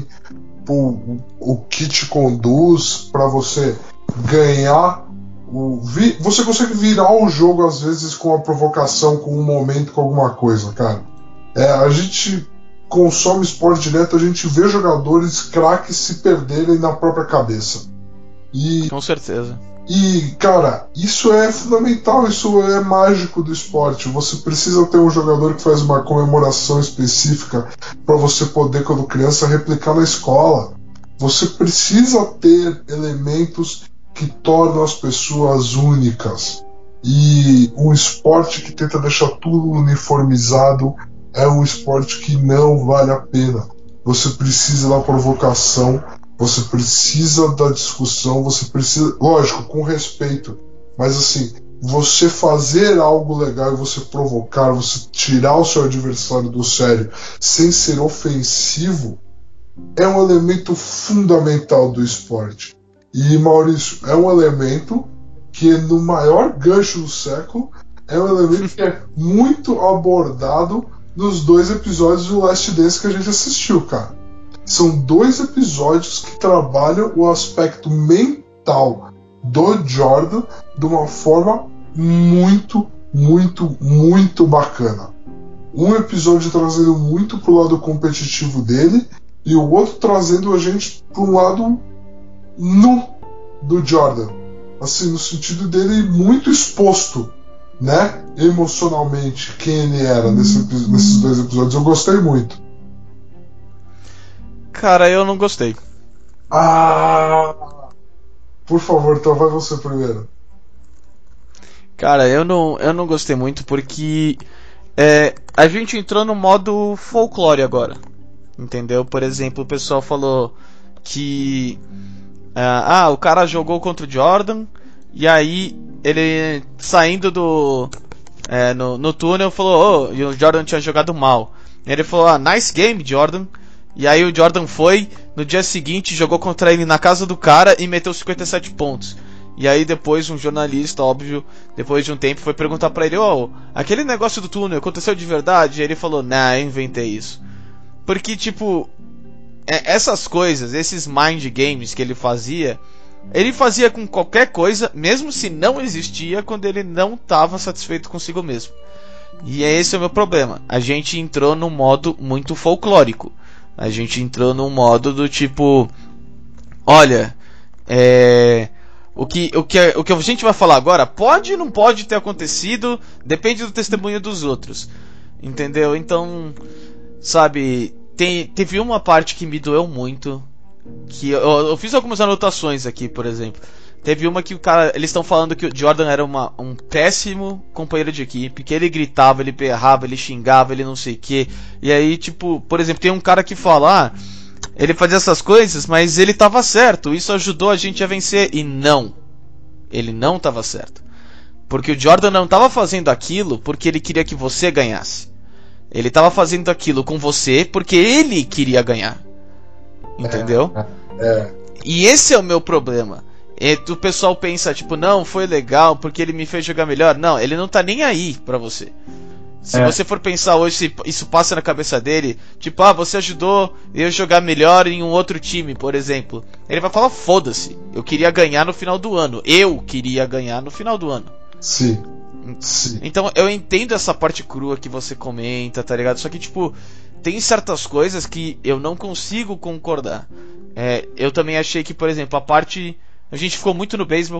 o que te conduz para você ganhar. Você consegue virar o jogo às vezes com a provocação, com um momento, com alguma coisa, cara. A gente consome esporte direto, a gente vê jogadores craques se perderem na própria cabeça. Com certeza. E, cara, isso é fundamental, isso é mágico do esporte. Você precisa ter um jogador que faz uma comemoração específica para você poder, quando criança, replicar na escola. Você precisa ter elementos que tornam as pessoas únicas. E um esporte que tenta deixar tudo uniformizado é um esporte que não vale a pena. Você precisa da provocação, você precisa da discussão, você precisa, lógico, com respeito. Mas assim, você fazer algo legal e você provocar, você tirar o seu adversário do sério sem ser ofensivo, é um elemento fundamental do esporte. E, Maurício, é um elemento que no maior gancho do século é um elemento que é muito abordado nos 2 episódios do Last Dance que a gente assistiu, cara. São 2 episódios que trabalham o aspecto mental do Jordan de uma forma muito, muito, muito bacana. Um episódio trazendo muito pro lado competitivo dele e o outro trazendo a gente pro lado nu do Jordan, assim, no sentido dele muito exposto, né, emocionalmente, quem ele era nesses 2 episódios. Eu gostei muito. Cara, eu não gostei. Por favor, então vai você primeiro. Cara, eu não gostei muito porque a gente entrou no modo folclore agora, entendeu? Por exemplo, o pessoal falou que o cara jogou contra o Jordan e aí ele saindo no túnel falou, e o Jordan tinha jogado mal. E ele falou, nice game, Jordan. E aí o Jordan foi, no dia seguinte jogou contra ele na casa do cara e meteu 57 pontos. E aí depois um jornalista, óbvio, depois de um tempo foi perguntar pra ele, aquele negócio do túnel aconteceu de verdade? E ele falou, eu inventei isso. Porque tipo, essas coisas, esses mind games que ele fazia com qualquer coisa, mesmo se não existia, quando ele não estava satisfeito consigo mesmo. E esse é o meu problema. A gente entrou num modo muito folclórico. A gente entrou num modo do tipo, olha, o que a gente vai falar agora pode e não pode ter acontecido, depende do testemunho dos outros, entendeu? Então, sabe, teve uma parte que me doeu muito, que eu fiz algumas anotações aqui, por exemplo. Teve uma que eles estão falando que o Jordan era um péssimo companheiro de equipe, que ele gritava, ele berrava, ele xingava, ele não sei o que. E aí, tipo, por exemplo, tem um cara que fala, ele fazia essas coisas, mas ele tava certo, isso ajudou a gente a vencer. E não, ele não tava certo. Porque o Jordan não tava fazendo aquilo porque ele queria que você ganhasse. Ele tava fazendo aquilo com você porque ele queria ganhar. Entendeu? E esse é o meu problema. O pessoal pensa, tipo, não, foi legal porque ele me fez jogar melhor. Não, ele não tá nem aí pra você. Se você for pensar hoje, se isso passa na cabeça dele, tipo, você ajudou eu jogar melhor em um outro time, por exemplo. Ele vai falar, foda-se, eu queria ganhar no final do ano. Eu queria ganhar no final do ano. Sim. Então eu entendo essa parte crua que você comenta, tá ligado? Só que, tipo, tem certas coisas que eu não consigo concordar. Eu também achei que, por exemplo, a gente ficou muito no beisebol.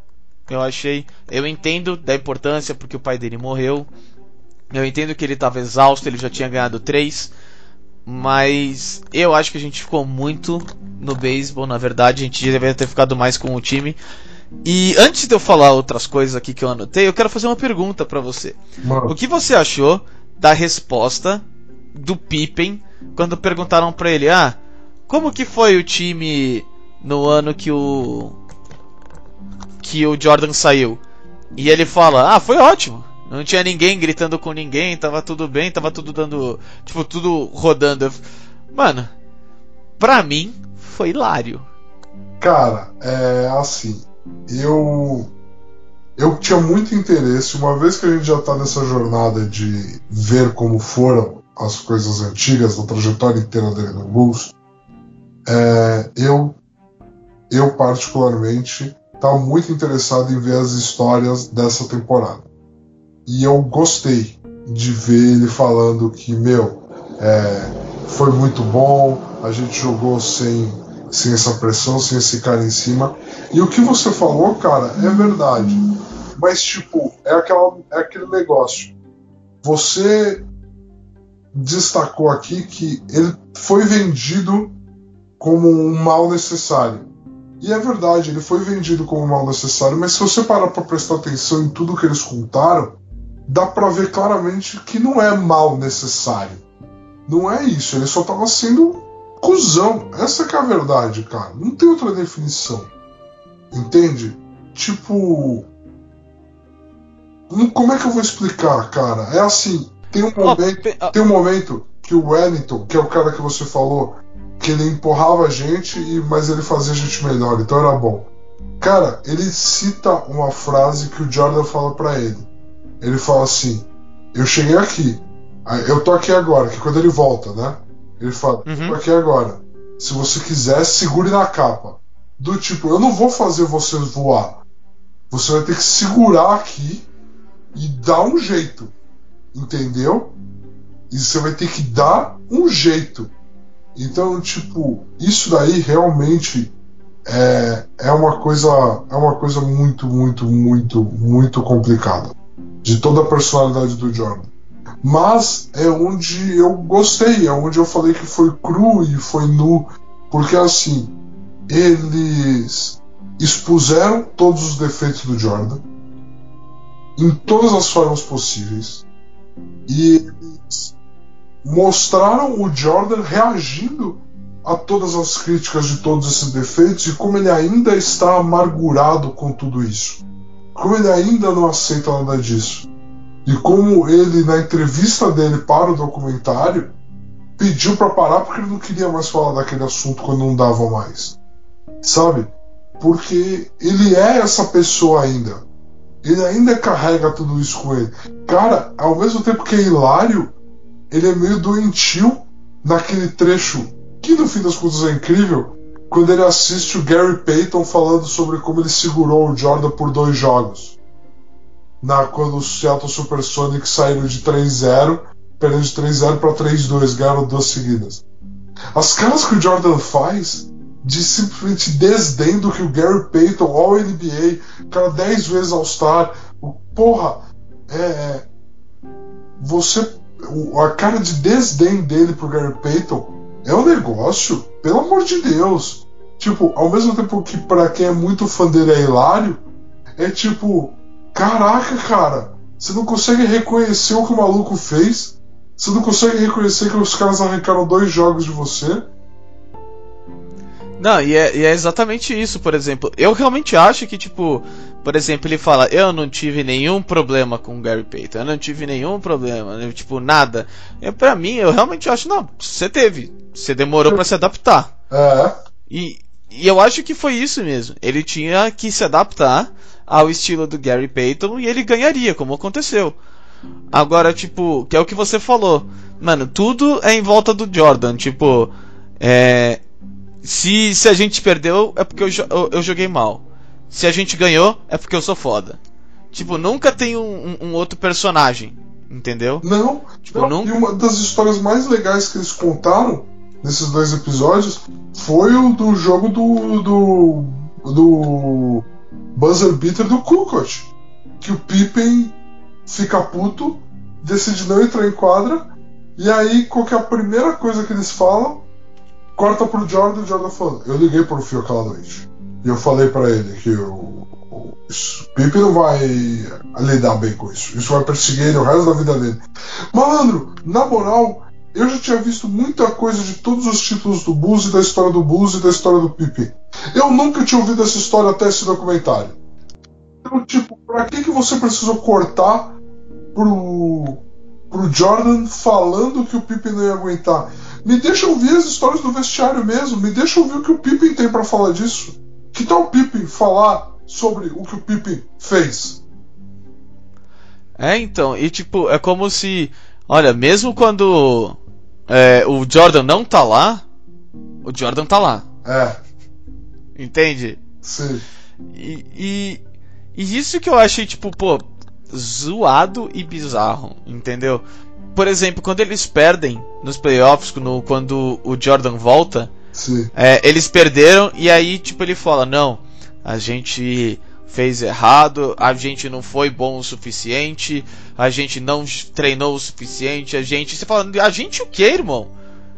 Eu entendo da importância porque o pai dele morreu. Eu entendo que ele estava exausto, ele já tinha ganhado 3. Mas eu acho que a gente ficou muito no beisebol. Na verdade, a gente deveria ter ficado mais com o time. E antes de eu falar outras coisas aqui que eu anotei, eu quero fazer uma pergunta pra você. O que você achou da resposta do Pippen quando perguntaram pra ele, como que foi o time no ano que o Jordan saiu? E ele fala, foi ótimo, não tinha ninguém gritando com ninguém, tava tudo bem, tava tudo dando, tipo, tudo rodando. Mano, pra mim foi hilário. Cara, assim, eu tinha muito interesse, uma vez que a gente já tá nessa jornada de ver como foram as coisas antigas, da trajetória inteira dele no Bulls, eu particularmente estava muito interessado em ver as histórias dessa temporada. E eu gostei de ver ele falando que, foi muito bom, a gente jogou sem essa pressão, sem esse cara em cima. E o que você falou, cara, é verdade. Mas, tipo, é aquele negócio. Você destacou aqui que ele foi vendido como um mal necessário. E é verdade, ele foi vendido como um mal necessário, mas se você parar pra prestar atenção em tudo que eles contaram, dá pra ver claramente que não é mal necessário. Não é isso, ele só tava sendo cuzão. Essa que é a verdade, cara. Não tem outra definição. Entende? Tipo, Como é que eu vou explicar, cara? É assim, tem um momento que o Wellington, que é o cara que você falou, que ele empurrava a gente, mas ele fazia a gente melhor, então era bom. Cara, ele cita uma frase que o Jordan fala pra ele. Ele fala assim: eu cheguei aqui, eu tô aqui agora, que quando ele volta, né? Ele fala: eu tô aqui agora. Se você quiser, segure na capa. Do tipo, eu não vou fazer você voar. Você vai ter que segurar aqui e dar um jeito. Entendeu? E você vai ter que dar um jeito. Então, tipo, isso daí realmente é uma coisa muito, muito, muito, muito complicada. De toda a personalidade do Jordan. Mas é onde eu gostei, é onde eu falei que foi cru e foi nu. Porque assim, eles expuseram todos os defeitos do Jordan em todas as formas possíveis. E eles mostraram o Jordan reagindo a todas as críticas de todos esses defeitos e como ele ainda está amargurado com tudo isso. Como ele ainda não aceita nada disso. E como ele, na entrevista dele para o documentário, pediu para parar porque ele não queria mais falar daquele assunto quando não dava mais. Sabe? Porque ele é essa pessoa ainda. Ele ainda carrega tudo isso com ele. Cara, ao mesmo tempo que é hilário, ele é meio doentio naquele trecho que no fim das contas é incrível, quando ele assiste o Gary Payton falando sobre como ele segurou o Jordan por 2 jogos. Quando os Seattle Supersonics saíram de 3-0, perdendo de 3-0 para 3-2, ganharam 2 seguidas. As caras que o Jordan faz de simplesmente desdém do que o Gary Payton, All-NBA, cara 10 vezes All-Star, porra, a cara de desdém dele pro Gary Payton é um negócio, pelo amor de Deus. Tipo, ao mesmo tempo que pra quem é muito fã dele é hilário, é tipo, caraca, cara, você não consegue reconhecer o que o maluco fez? Você não consegue reconhecer que os caras arrancaram 2 jogos de você? Não, e é exatamente isso, por exemplo. Eu realmente acho que, tipo, por exemplo, ele fala: eu não tive nenhum problema com o Gary Payton, eu não tive nenhum problema, tipo, nada. Pra mim, eu realmente acho, não, você teve, você demorou pra se adaptar. E eu acho que foi isso mesmo. Ele tinha que se adaptar ao estilo do Gary Payton e ele ganharia, como aconteceu. Agora, tipo, que é o que você falou, mano, tudo é em volta do Jordan, tipo, se a gente perdeu é porque eu joguei mal. Se a gente ganhou é porque eu sou foda. Tipo, nunca tem um outro personagem, entendeu? Não, tipo, não. E uma das histórias mais legais que eles contaram nesses 2 episódios foi o do jogo do buzzer beater do Kukoc, que o Pippen fica puto, decide não entrar em quadra, e aí qual que é a primeira coisa que eles falam? Corta pro Jordan, o Jordan falando: eu liguei pro Phil aquela noite e eu falei pra ele que o Pippen não vai lidar bem com isso vai perseguir ele o resto da vida dele. Malandro, na moral, eu já tinha visto muita coisa de todos os títulos do Bulls e da história do Bulls e da história do Pippen. Eu nunca tinha ouvido essa história até esse documentário. Então, tipo, pra que você precisou cortar pro Jordan falando que o Pippen não ia aguentar? Me deixa ouvir as histórias do vestiário mesmo. Me deixa ouvir o que o Pippen tem pra falar disso. Que tal o Pippen falar sobre o que o Pippen fez? Então, e tipo, é como se, olha, mesmo quando o Jordan não tá lá, o Jordan tá lá. Entende? Sim. E isso que eu achei, tipo, pô, zoado e bizarro, entendeu? Por exemplo, quando eles perdem nos playoffs, quando o Jordan volta, eles perderam e aí, tipo, ele fala: não, a gente fez errado, a gente não foi bom o suficiente, a gente não treinou o suficiente, você fala: a gente o que, irmão?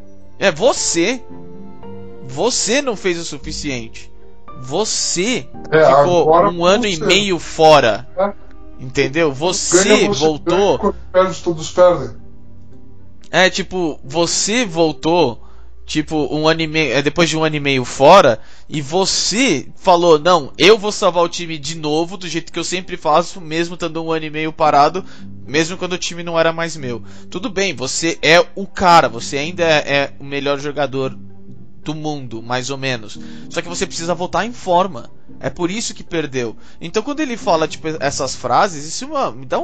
Você não fez o suficiente, você ficou 1 ano e meio fora, entendeu? Você voltou, quando perde, todos perdem. Tipo, você voltou, tipo, 1 ano e meio, depois de 1 ano e meio fora, E você falou, não, eu vou salvar o time de novo, do jeito que eu sempre faço, mesmo estando 1 ano e meio parado, mesmo quando o time não era mais meu. Tudo bem, você é o cara, você ainda é o melhor jogador do mundo, mais ou menos. Só que você precisa voltar em forma. É por isso que perdeu. Então quando ele fala, tipo, essas frases, isso me dá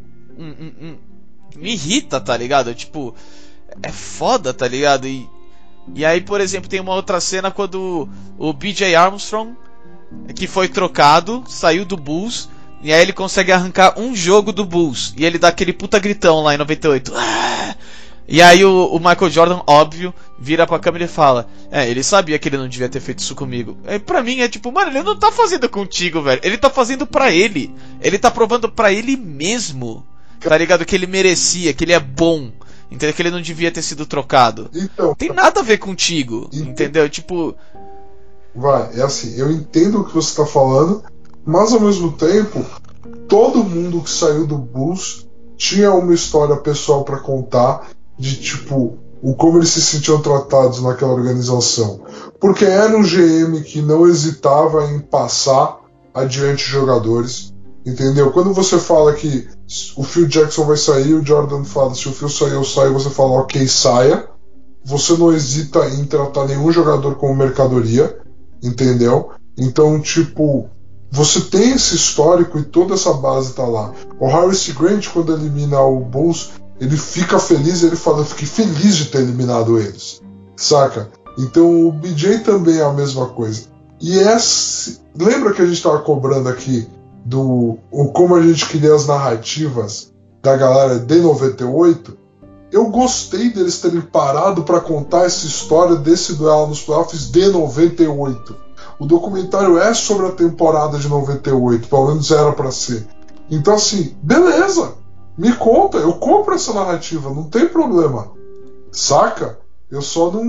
me irrita, tá ligado? Tipo, é foda, tá ligado? E aí, por exemplo, tem uma outra cena quando o BJ Armstrong, que foi trocado, saiu do Bulls, e aí ele consegue arrancar um jogo do Bulls. E ele dá aquele puta gritão lá em 98. E aí o Michael Jordan, óbvio, vira pra câmera e fala: ele sabia que ele não devia ter feito isso comigo. E pra mim é tipo, mano, ele não tá fazendo contigo, velho. Ele tá fazendo pra ele. Ele tá provando pra ele mesmo, tá ligado? Que ele merecia, que ele é bom. Entendeu? Que ele não devia ter sido trocado. Então, tem nada a ver contigo, entendeu? Tipo... é assim, eu entendo o que você tá falando, mas ao mesmo tempo, todo mundo que saiu do Bulls tinha uma história pessoal pra contar de tipo, como eles se sentiam tratados naquela organização. Porque era um GM que não hesitava em passar adiante jogadores, entendeu? Quando você fala que o Phil Jackson vai sair, o Jordan fala, se o Phil sair eu saio, você fala, ok, saia. Você não hesita em tratar nenhum jogador como mercadoria, entendeu? Então, tipo, você tem esse histórico e toda essa base tá lá. O Horace Grant, quando elimina o Bulls, ele fica feliz, ele fala, eu fiquei feliz de ter eliminado eles, saca? Então o BJ também é a mesma coisa. E lembra que a gente tava cobrando aqui como a gente queria as narrativas da galera de 98? Eu gostei deles terem parado para contar essa história desse duelo nos playoffs de 98. O documentário é sobre a temporada de 98, pelo menos era para ser. Então assim, beleza, me conta, eu compro essa narrativa, não tem problema, saca? Eu só não...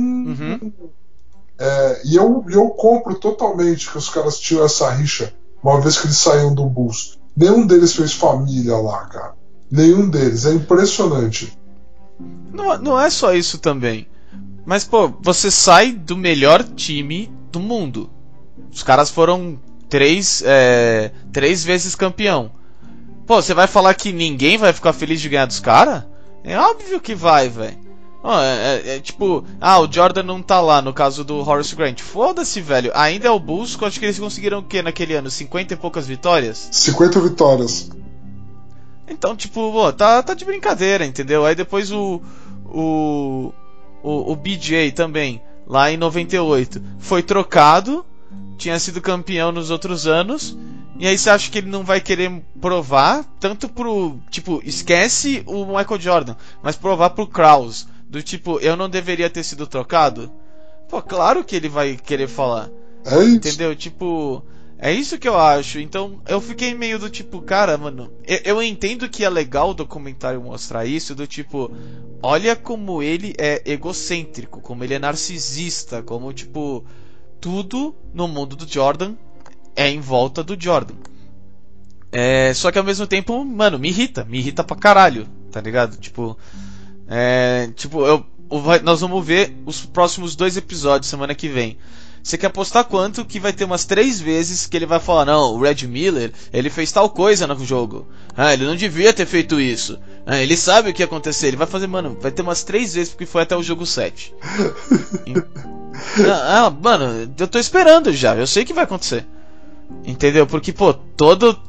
E eu compro totalmente que os caras tinham essa rixa uma vez que eles saíram do Bulls. Nenhum deles fez família lá, cara. Nenhum deles, é impressionante. Não é só isso também. Mas, pô, você sai do melhor time do mundo. Os caras foram três vezes campeão. Pô, você vai falar que ninguém vai ficar feliz de ganhar dos caras? É óbvio que vai, velho. Tipo, o Jordan não tá lá no caso do Horace Grant. Foda-se, velho. Ainda é o Bulls. Acho que eles conseguiram o que naquele ano? 50 e poucas vitórias? 50 vitórias. Então, tipo, pô, tá de brincadeira, entendeu? Aí depois o BJ também, lá em 98, foi trocado, tinha sido campeão nos outros anos, e aí você acha que ele não vai querer provar, tanto pro, tipo, esquece o Michael Jordan, mas provar pro Krause, do tipo, eu não deveria ter sido trocado? Pô, claro que ele vai querer falar. É isso. Entendeu? Tipo, é isso que eu acho. Então, eu fiquei meio do tipo, cara, mano, eu entendo que é legal o documentário mostrar isso, do tipo, olha como ele é egocêntrico, como ele é narcisista, como, tipo, tudo no mundo do Jordan é em volta do Jordan. Só que ao mesmo tempo, mano, me irrita pra caralho, tá ligado? Tipo, nós vamos ver os próximos 2 episódios semana que vem. Você quer apostar quanto que vai ter umas 3 vezes que ele vai falar, não, o Red Miller, ele fez tal coisa no jogo. Ele não devia ter feito isso. Ele sabe o que ia acontecer. Ele vai fazer, mano, vai ter umas 3 vezes porque foi até o jogo 7. Mano, eu tô esperando já. Eu sei que vai acontecer. Entendeu? Porque, pô, toda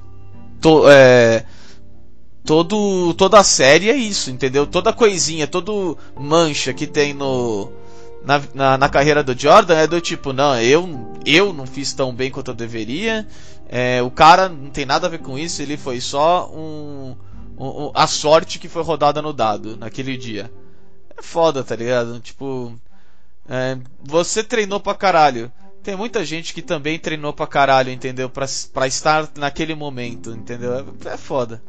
a série é isso, entendeu? Toda coisinha, todo mancha que tem na carreira do Jordan é do tipo, não, eu não fiz tão bem quanto eu deveria, o cara não tem nada a ver com isso, ele foi só a sorte que foi rodada no dado naquele dia. É foda, tá ligado? Tipo, você treinou pra caralho. Tem muita gente que também treinou pra caralho, entendeu? Pra estar naquele momento, entendeu? É foda.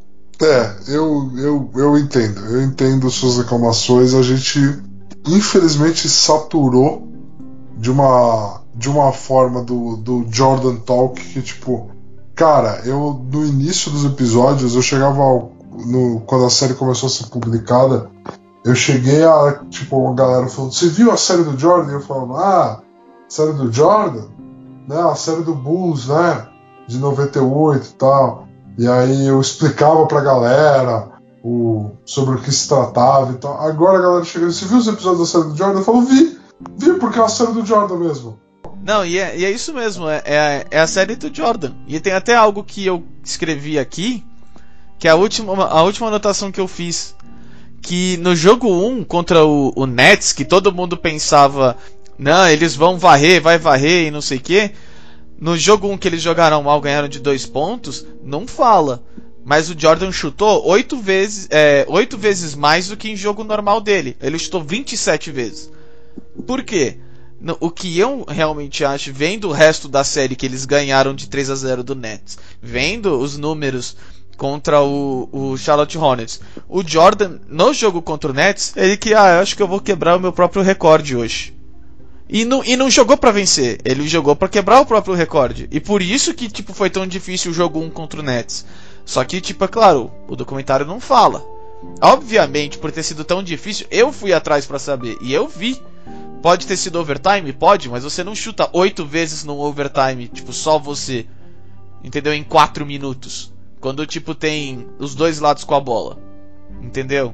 Eu entendo suas reclamações. A gente infelizmente saturou de uma forma do Jordan Talk que, tipo, cara, eu no início dos episódios eu chegava quando a série começou a ser publicada, eu cheguei a, tipo, uma galera falando, você viu a série do Jordan? E eu falando, série do Jordan? né, a série do Bulls, né, de 98 e tal. E aí eu explicava pra galera sobre o que se tratava e tal. Agora a galera chega e você viu os episódios da série do Jordan? Eu falo, vi, porque é a série do Jordan mesmo. Não, e é isso mesmo, é a série do Jordan. E tem até algo que eu escrevi aqui, que é a última anotação que eu fiz. Que no jogo 1 contra o Nets, que todo mundo pensava, não, eles vão varrer, vai varrer e não sei o que. No jogo 1 que eles jogaram mal, ganharam de 2 pontos, não fala. Mas o Jordan chutou 8 vezes mais do que em jogo normal dele. Ele chutou 27 vezes. Por quê? O que eu realmente acho, vendo o resto da série que eles ganharam de 3-0 do Nets, vendo os números contra o Charlotte Hornets, o Jordan, no jogo contra o Nets, ele que, eu acho que eu vou quebrar o meu próprio recorde hoje. E não jogou pra vencer, ele jogou pra quebrar o próprio recorde. E por isso que tipo, foi tão difícil o jogo 1 contra o Nets. Só que, tipo, é claro, o documentário não fala. Obviamente, por ter sido tão difícil, eu fui atrás pra saber. E eu vi. Pode ter sido overtime? Pode, mas você não chuta 8 vezes num overtime, tipo, só você. Entendeu? Em 4 minutos. Quando, tipo, tem os dois lados com a bola. Entendeu?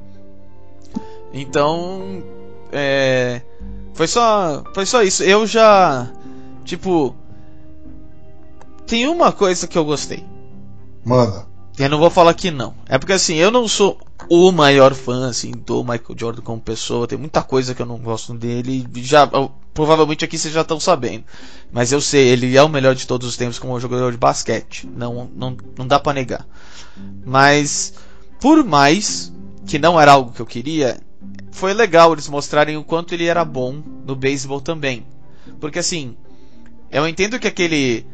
Então, foi só isso. Eu já, tipo, tem uma coisa que eu gostei. Manda. Eu não vou falar que não. É porque assim, eu não sou o maior fã assim do Michael Jordan como pessoa. Tem muita coisa que eu não gosto dele. Provavelmente aqui vocês já estão sabendo. Mas eu sei, ele é o melhor de todos os tempos como jogador de basquete. Não dá pra negar. Mas por mais que não era algo que eu queria, foi legal eles mostrarem o quanto ele era bom no beisebol também. Porque assim, eu entendo que aquele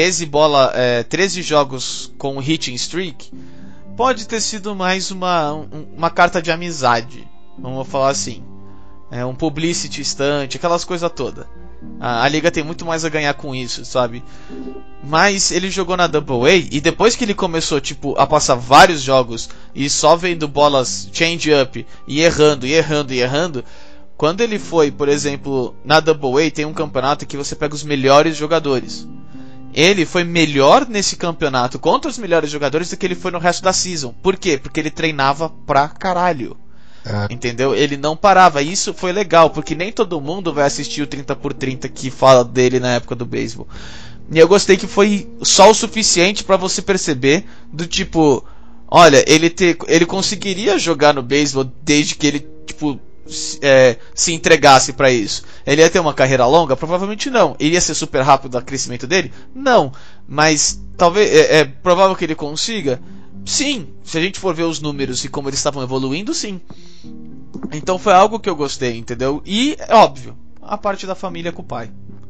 13 jogos com hitting streak pode ter sido mais uma carta de amizade, vamos falar assim, um publicity stunt, aquelas coisas todas. A liga tem muito mais a ganhar com isso, sabe? Mas ele jogou na Double A e depois que ele começou tipo a passar vários jogos e só vendo bolas change up e errando, quando ele foi, por exemplo, na Double A tem um campeonato que você pega os melhores jogadores. Ele foi melhor nesse campeonato contra os melhores jogadores do que ele foi no resto da season. Por quê? Porque ele treinava pra caralho. Entendeu? Ele não parava. Isso foi legal, porque nem todo mundo vai assistir o 30x30 que fala dele na época do beisebol. E eu gostei que foi só o suficiente pra você perceber do tipo, olha, ele conseguiria jogar no beisebol desde que ele tipo se entregasse pra isso. Ele ia ter uma carreira longa? Provavelmente não. Iria ser super rápido o crescimento dele? Não. Mas talvez é provável que ele consiga? Sim. Se a gente for ver os números e como eles estavam evoluindo, sim. Então foi algo que eu gostei, entendeu? E é óbvio, a parte da família com o pai.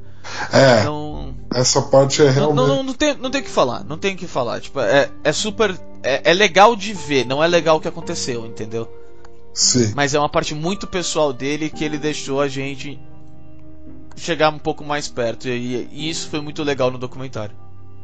Então, essa parte é realmente não tem o que falar. Não tem o que falar. Tipo, é super legal de ver. Não é legal o que aconteceu, entendeu? Sim. Mas é uma parte muito pessoal dele que ele deixou a gente chegar um pouco mais perto. E isso foi muito legal no documentário.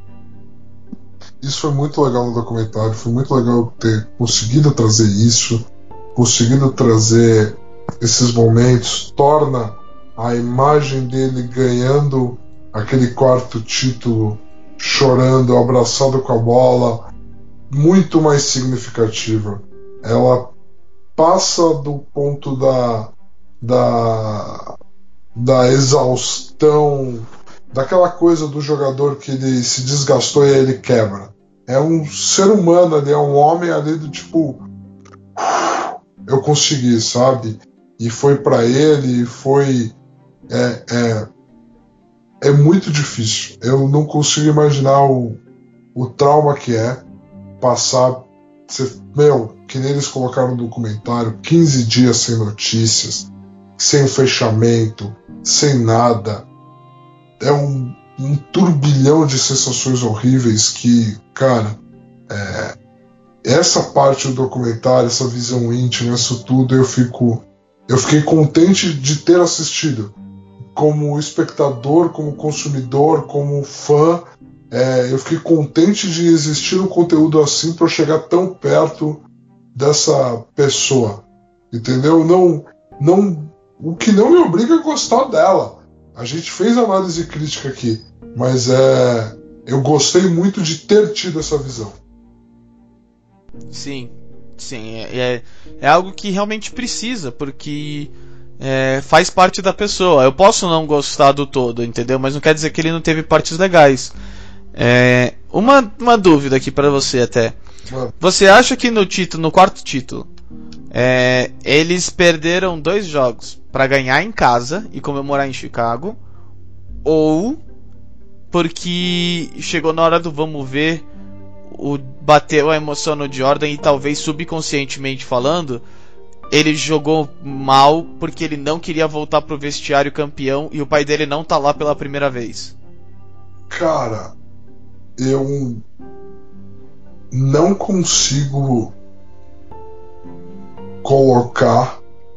Isso foi muito legal no documentário. Foi muito legal ter conseguido trazer isso, conseguido trazer esses momentos. Torna a imagem dele ganhando aquele quarto título, chorando, abraçado com a bola, muito mais significativa. Ela passa do ponto da exaustão, daquela coisa do jogador que ele se desgastou e aí ele quebra. É um ser humano ali, é um homem ali do tipo, eu consegui, sabe? E foi pra ele, foi é muito difícil. Eu não consigo imaginar o trauma que é passar. Que nem eles colocaram no documentário, 15 dias sem notícias, sem fechamento, sem nada. É um turbilhão de sensações horríveis que, cara, essa parte do documentário, essa visão íntima, isso tudo, eu fiquei contente de ter assistido. Como espectador, como consumidor, como fã, eu fiquei contente de existir um conteúdo assim para chegar tão perto dessa pessoa, entendeu? O que não me obriga a gostar dela. A gente fez análise crítica aqui, Mas eu gostei muito de ter tido essa visão. Sim, é algo que realmente precisa, porque faz parte da pessoa. Eu posso não gostar do todo, entendeu? Mas não quer dizer que ele não teve partes legais. Uma dúvida aqui pra você até. Você acha que no quarto título, eles perderam 2 jogos pra ganhar em casa e comemorar em Chicago, ou porque chegou na hora do vamos ver, bateu a emoção no Jordan e talvez subconscientemente falando, ele jogou mal porque ele não queria voltar pro vestiário campeão e o pai dele não tá lá pela primeira vez? Cara, eu não consigo colocar.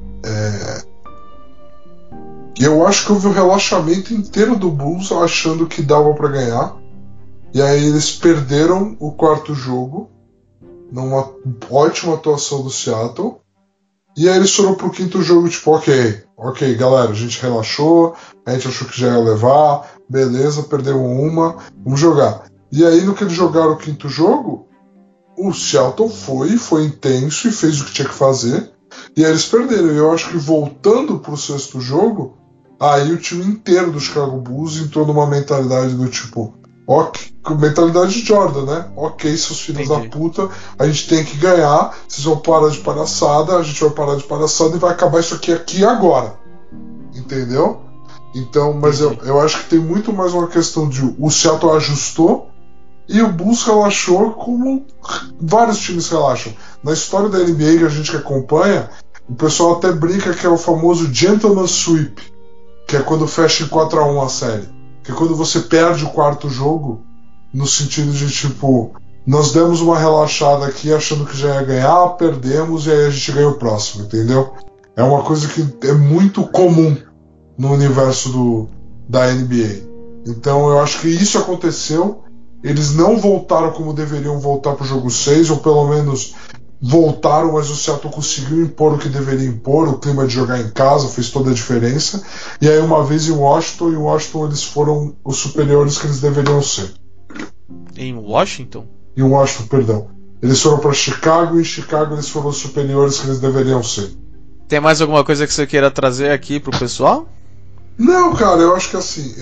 Eu acho que houve o relaxamento inteiro do Bulls achando que dava pra ganhar. E aí eles perderam o quarto jogo numa ótima atuação do Seattle. E aí eles foram pro quinto jogo, tipo, ok, galera, a gente relaxou, a gente achou que já ia levar, beleza, perdeu uma, vamos jogar. E aí no que eles jogaram o quinto jogo, o Seattle foi intenso e fez o que tinha que fazer, e aí eles perderam. E eu acho que voltando pro sexto jogo, aí o time inteiro do Chicago Bulls entrou numa mentalidade do tipo, mentalidade de Jordan, né? Ok, seus filhos da puta, a gente tem que ganhar, vocês vão parar de palhaçada, a gente vai parar de palhaçada e vai acabar isso aqui agora. Entendeu? Então, mas eu acho que tem muito mais uma questão de o Seattle ajustou e o Bulls relaxou, como vários times relaxam. Na história da NBA que a gente acompanha, o pessoal até brinca que é o famoso Gentleman Sweep, que é quando fecha em 4-1 a série. Que é quando você perde o quarto jogo, no sentido de tipo, nós demos uma relaxada aqui achando que já ia ganhar, perdemos e aí a gente ganha o próximo, entendeu? É uma coisa que é muito comum no universo da NBA. Então eu acho que isso aconteceu. Eles não voltaram como deveriam voltar para o jogo 6, ou pelo menos voltaram, mas o Seattle conseguiu impor o que deveria impor. O clima de jogar em casa fez toda a diferença. E aí uma vez em Washington eles foram os superiores que eles deveriam ser. Em Washington? Em Washington, perdão. Eles foram para Chicago e em Chicago eles foram os superiores que eles deveriam ser. Tem mais alguma coisa que você queira trazer aqui pro pessoal? Não, cara, eu acho que assim,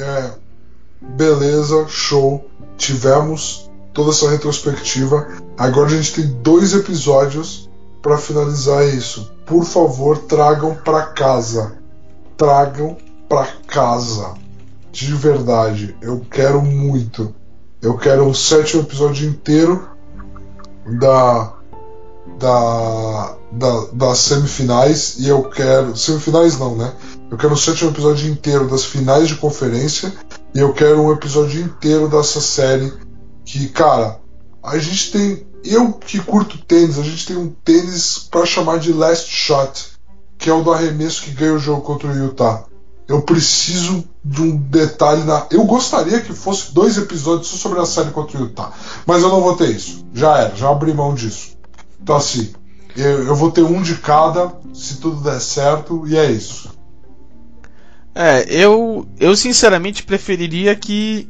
beleza, show. Tivemos toda essa retrospectiva. Agora a gente tem 2 episódios para finalizar isso. Por favor, tragam para casa. Tragam para casa. De verdade. Eu quero muito. Eu quero um 7º episódio inteiro das semifinais. E eu quero... Semifinais não, né? Eu quero um 7º episódio inteiro das finais de conferência. E eu quero um episódio inteiro dessa série. Que, cara, a gente tem... Eu que curto tênis, a gente tem um tênis pra chamar de last shot, que é o do arremesso que ganha o jogo contra o Utah. Eu preciso de um detalhe Eu gostaria que fosse 2 episódios só sobre a série contra o Utah, mas eu não vou ter isso. Já abri mão disso. Então assim, eu vou ter um de cada, se tudo der certo, e é isso. Eu sinceramente preferiria que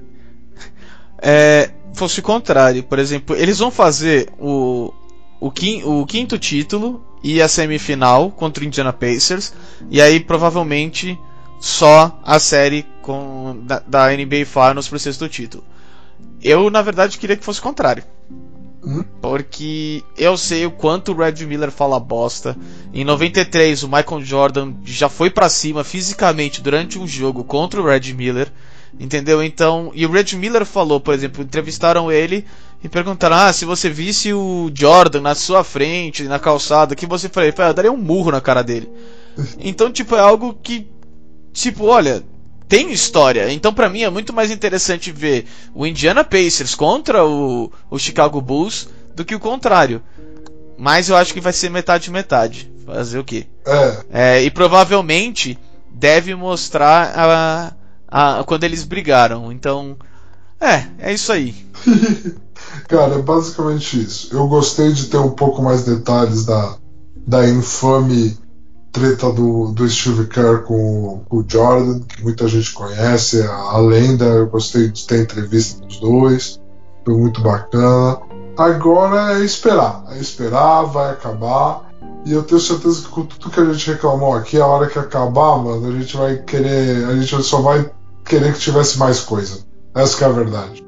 fosse o contrário. Por exemplo, eles vão fazer o quinto título e a semifinal contra o Indiana Pacers, e aí provavelmente só a série da NBA Finals para o 6º título. Eu na verdade queria que fosse o contrário, porque eu sei o quanto o Red Miller fala bosta. Em 93 o Michael Jordan já foi pra cima fisicamente durante um jogo contra o Red Miller, entendeu? Então, e o Red Miller falou, por exemplo, entrevistaram ele e perguntaram: se você visse o Jordan na sua frente, na calçada, o que você faria? Ele falou: eu daria um murro na cara dele. Então, tipo, é algo que, tipo, olha, tem história. Então, pra mim, é muito mais interessante ver o Indiana Pacers contra o Chicago Bulls do que o contrário. Mas eu acho que vai ser metade-metade. Fazer o quê? E provavelmente deve mostrar quando eles brigaram. Então, é isso aí. Cara, é basicamente isso. Eu gostei de ter um pouco mais detalhes da infame treta do Steve Kerr com o Jordan, que muita gente conhece, a lenda. Eu gostei de ter entrevista dos dois, foi muito bacana. Agora é esperar, vai acabar. E eu tenho certeza que com tudo que a gente reclamou aqui, a hora que acabar, mano, a gente só vai querer que tivesse mais coisa. Essa que é a verdade.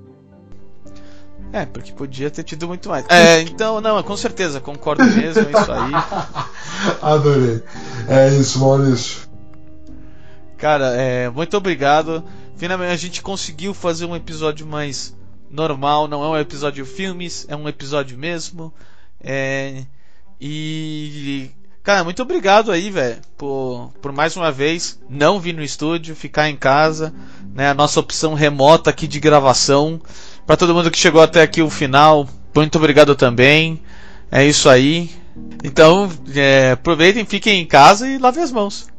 Porque podia ter tido muito mais. Então, não, com certeza, concordo mesmo, é isso aí. Adorei. É isso, Maurício. Cara, muito obrigado. Finalmente a gente conseguiu fazer um episódio mais normal, não é um episódio filmes, é um episódio mesmo. E cara, muito obrigado aí, velho, por mais uma vez não vir no estúdio, ficar em casa, né? A nossa opção remota aqui de gravação. Para todo mundo que chegou até aqui o final, muito obrigado também. É isso aí. Então, aproveitem, fiquem em casa e lavem as mãos.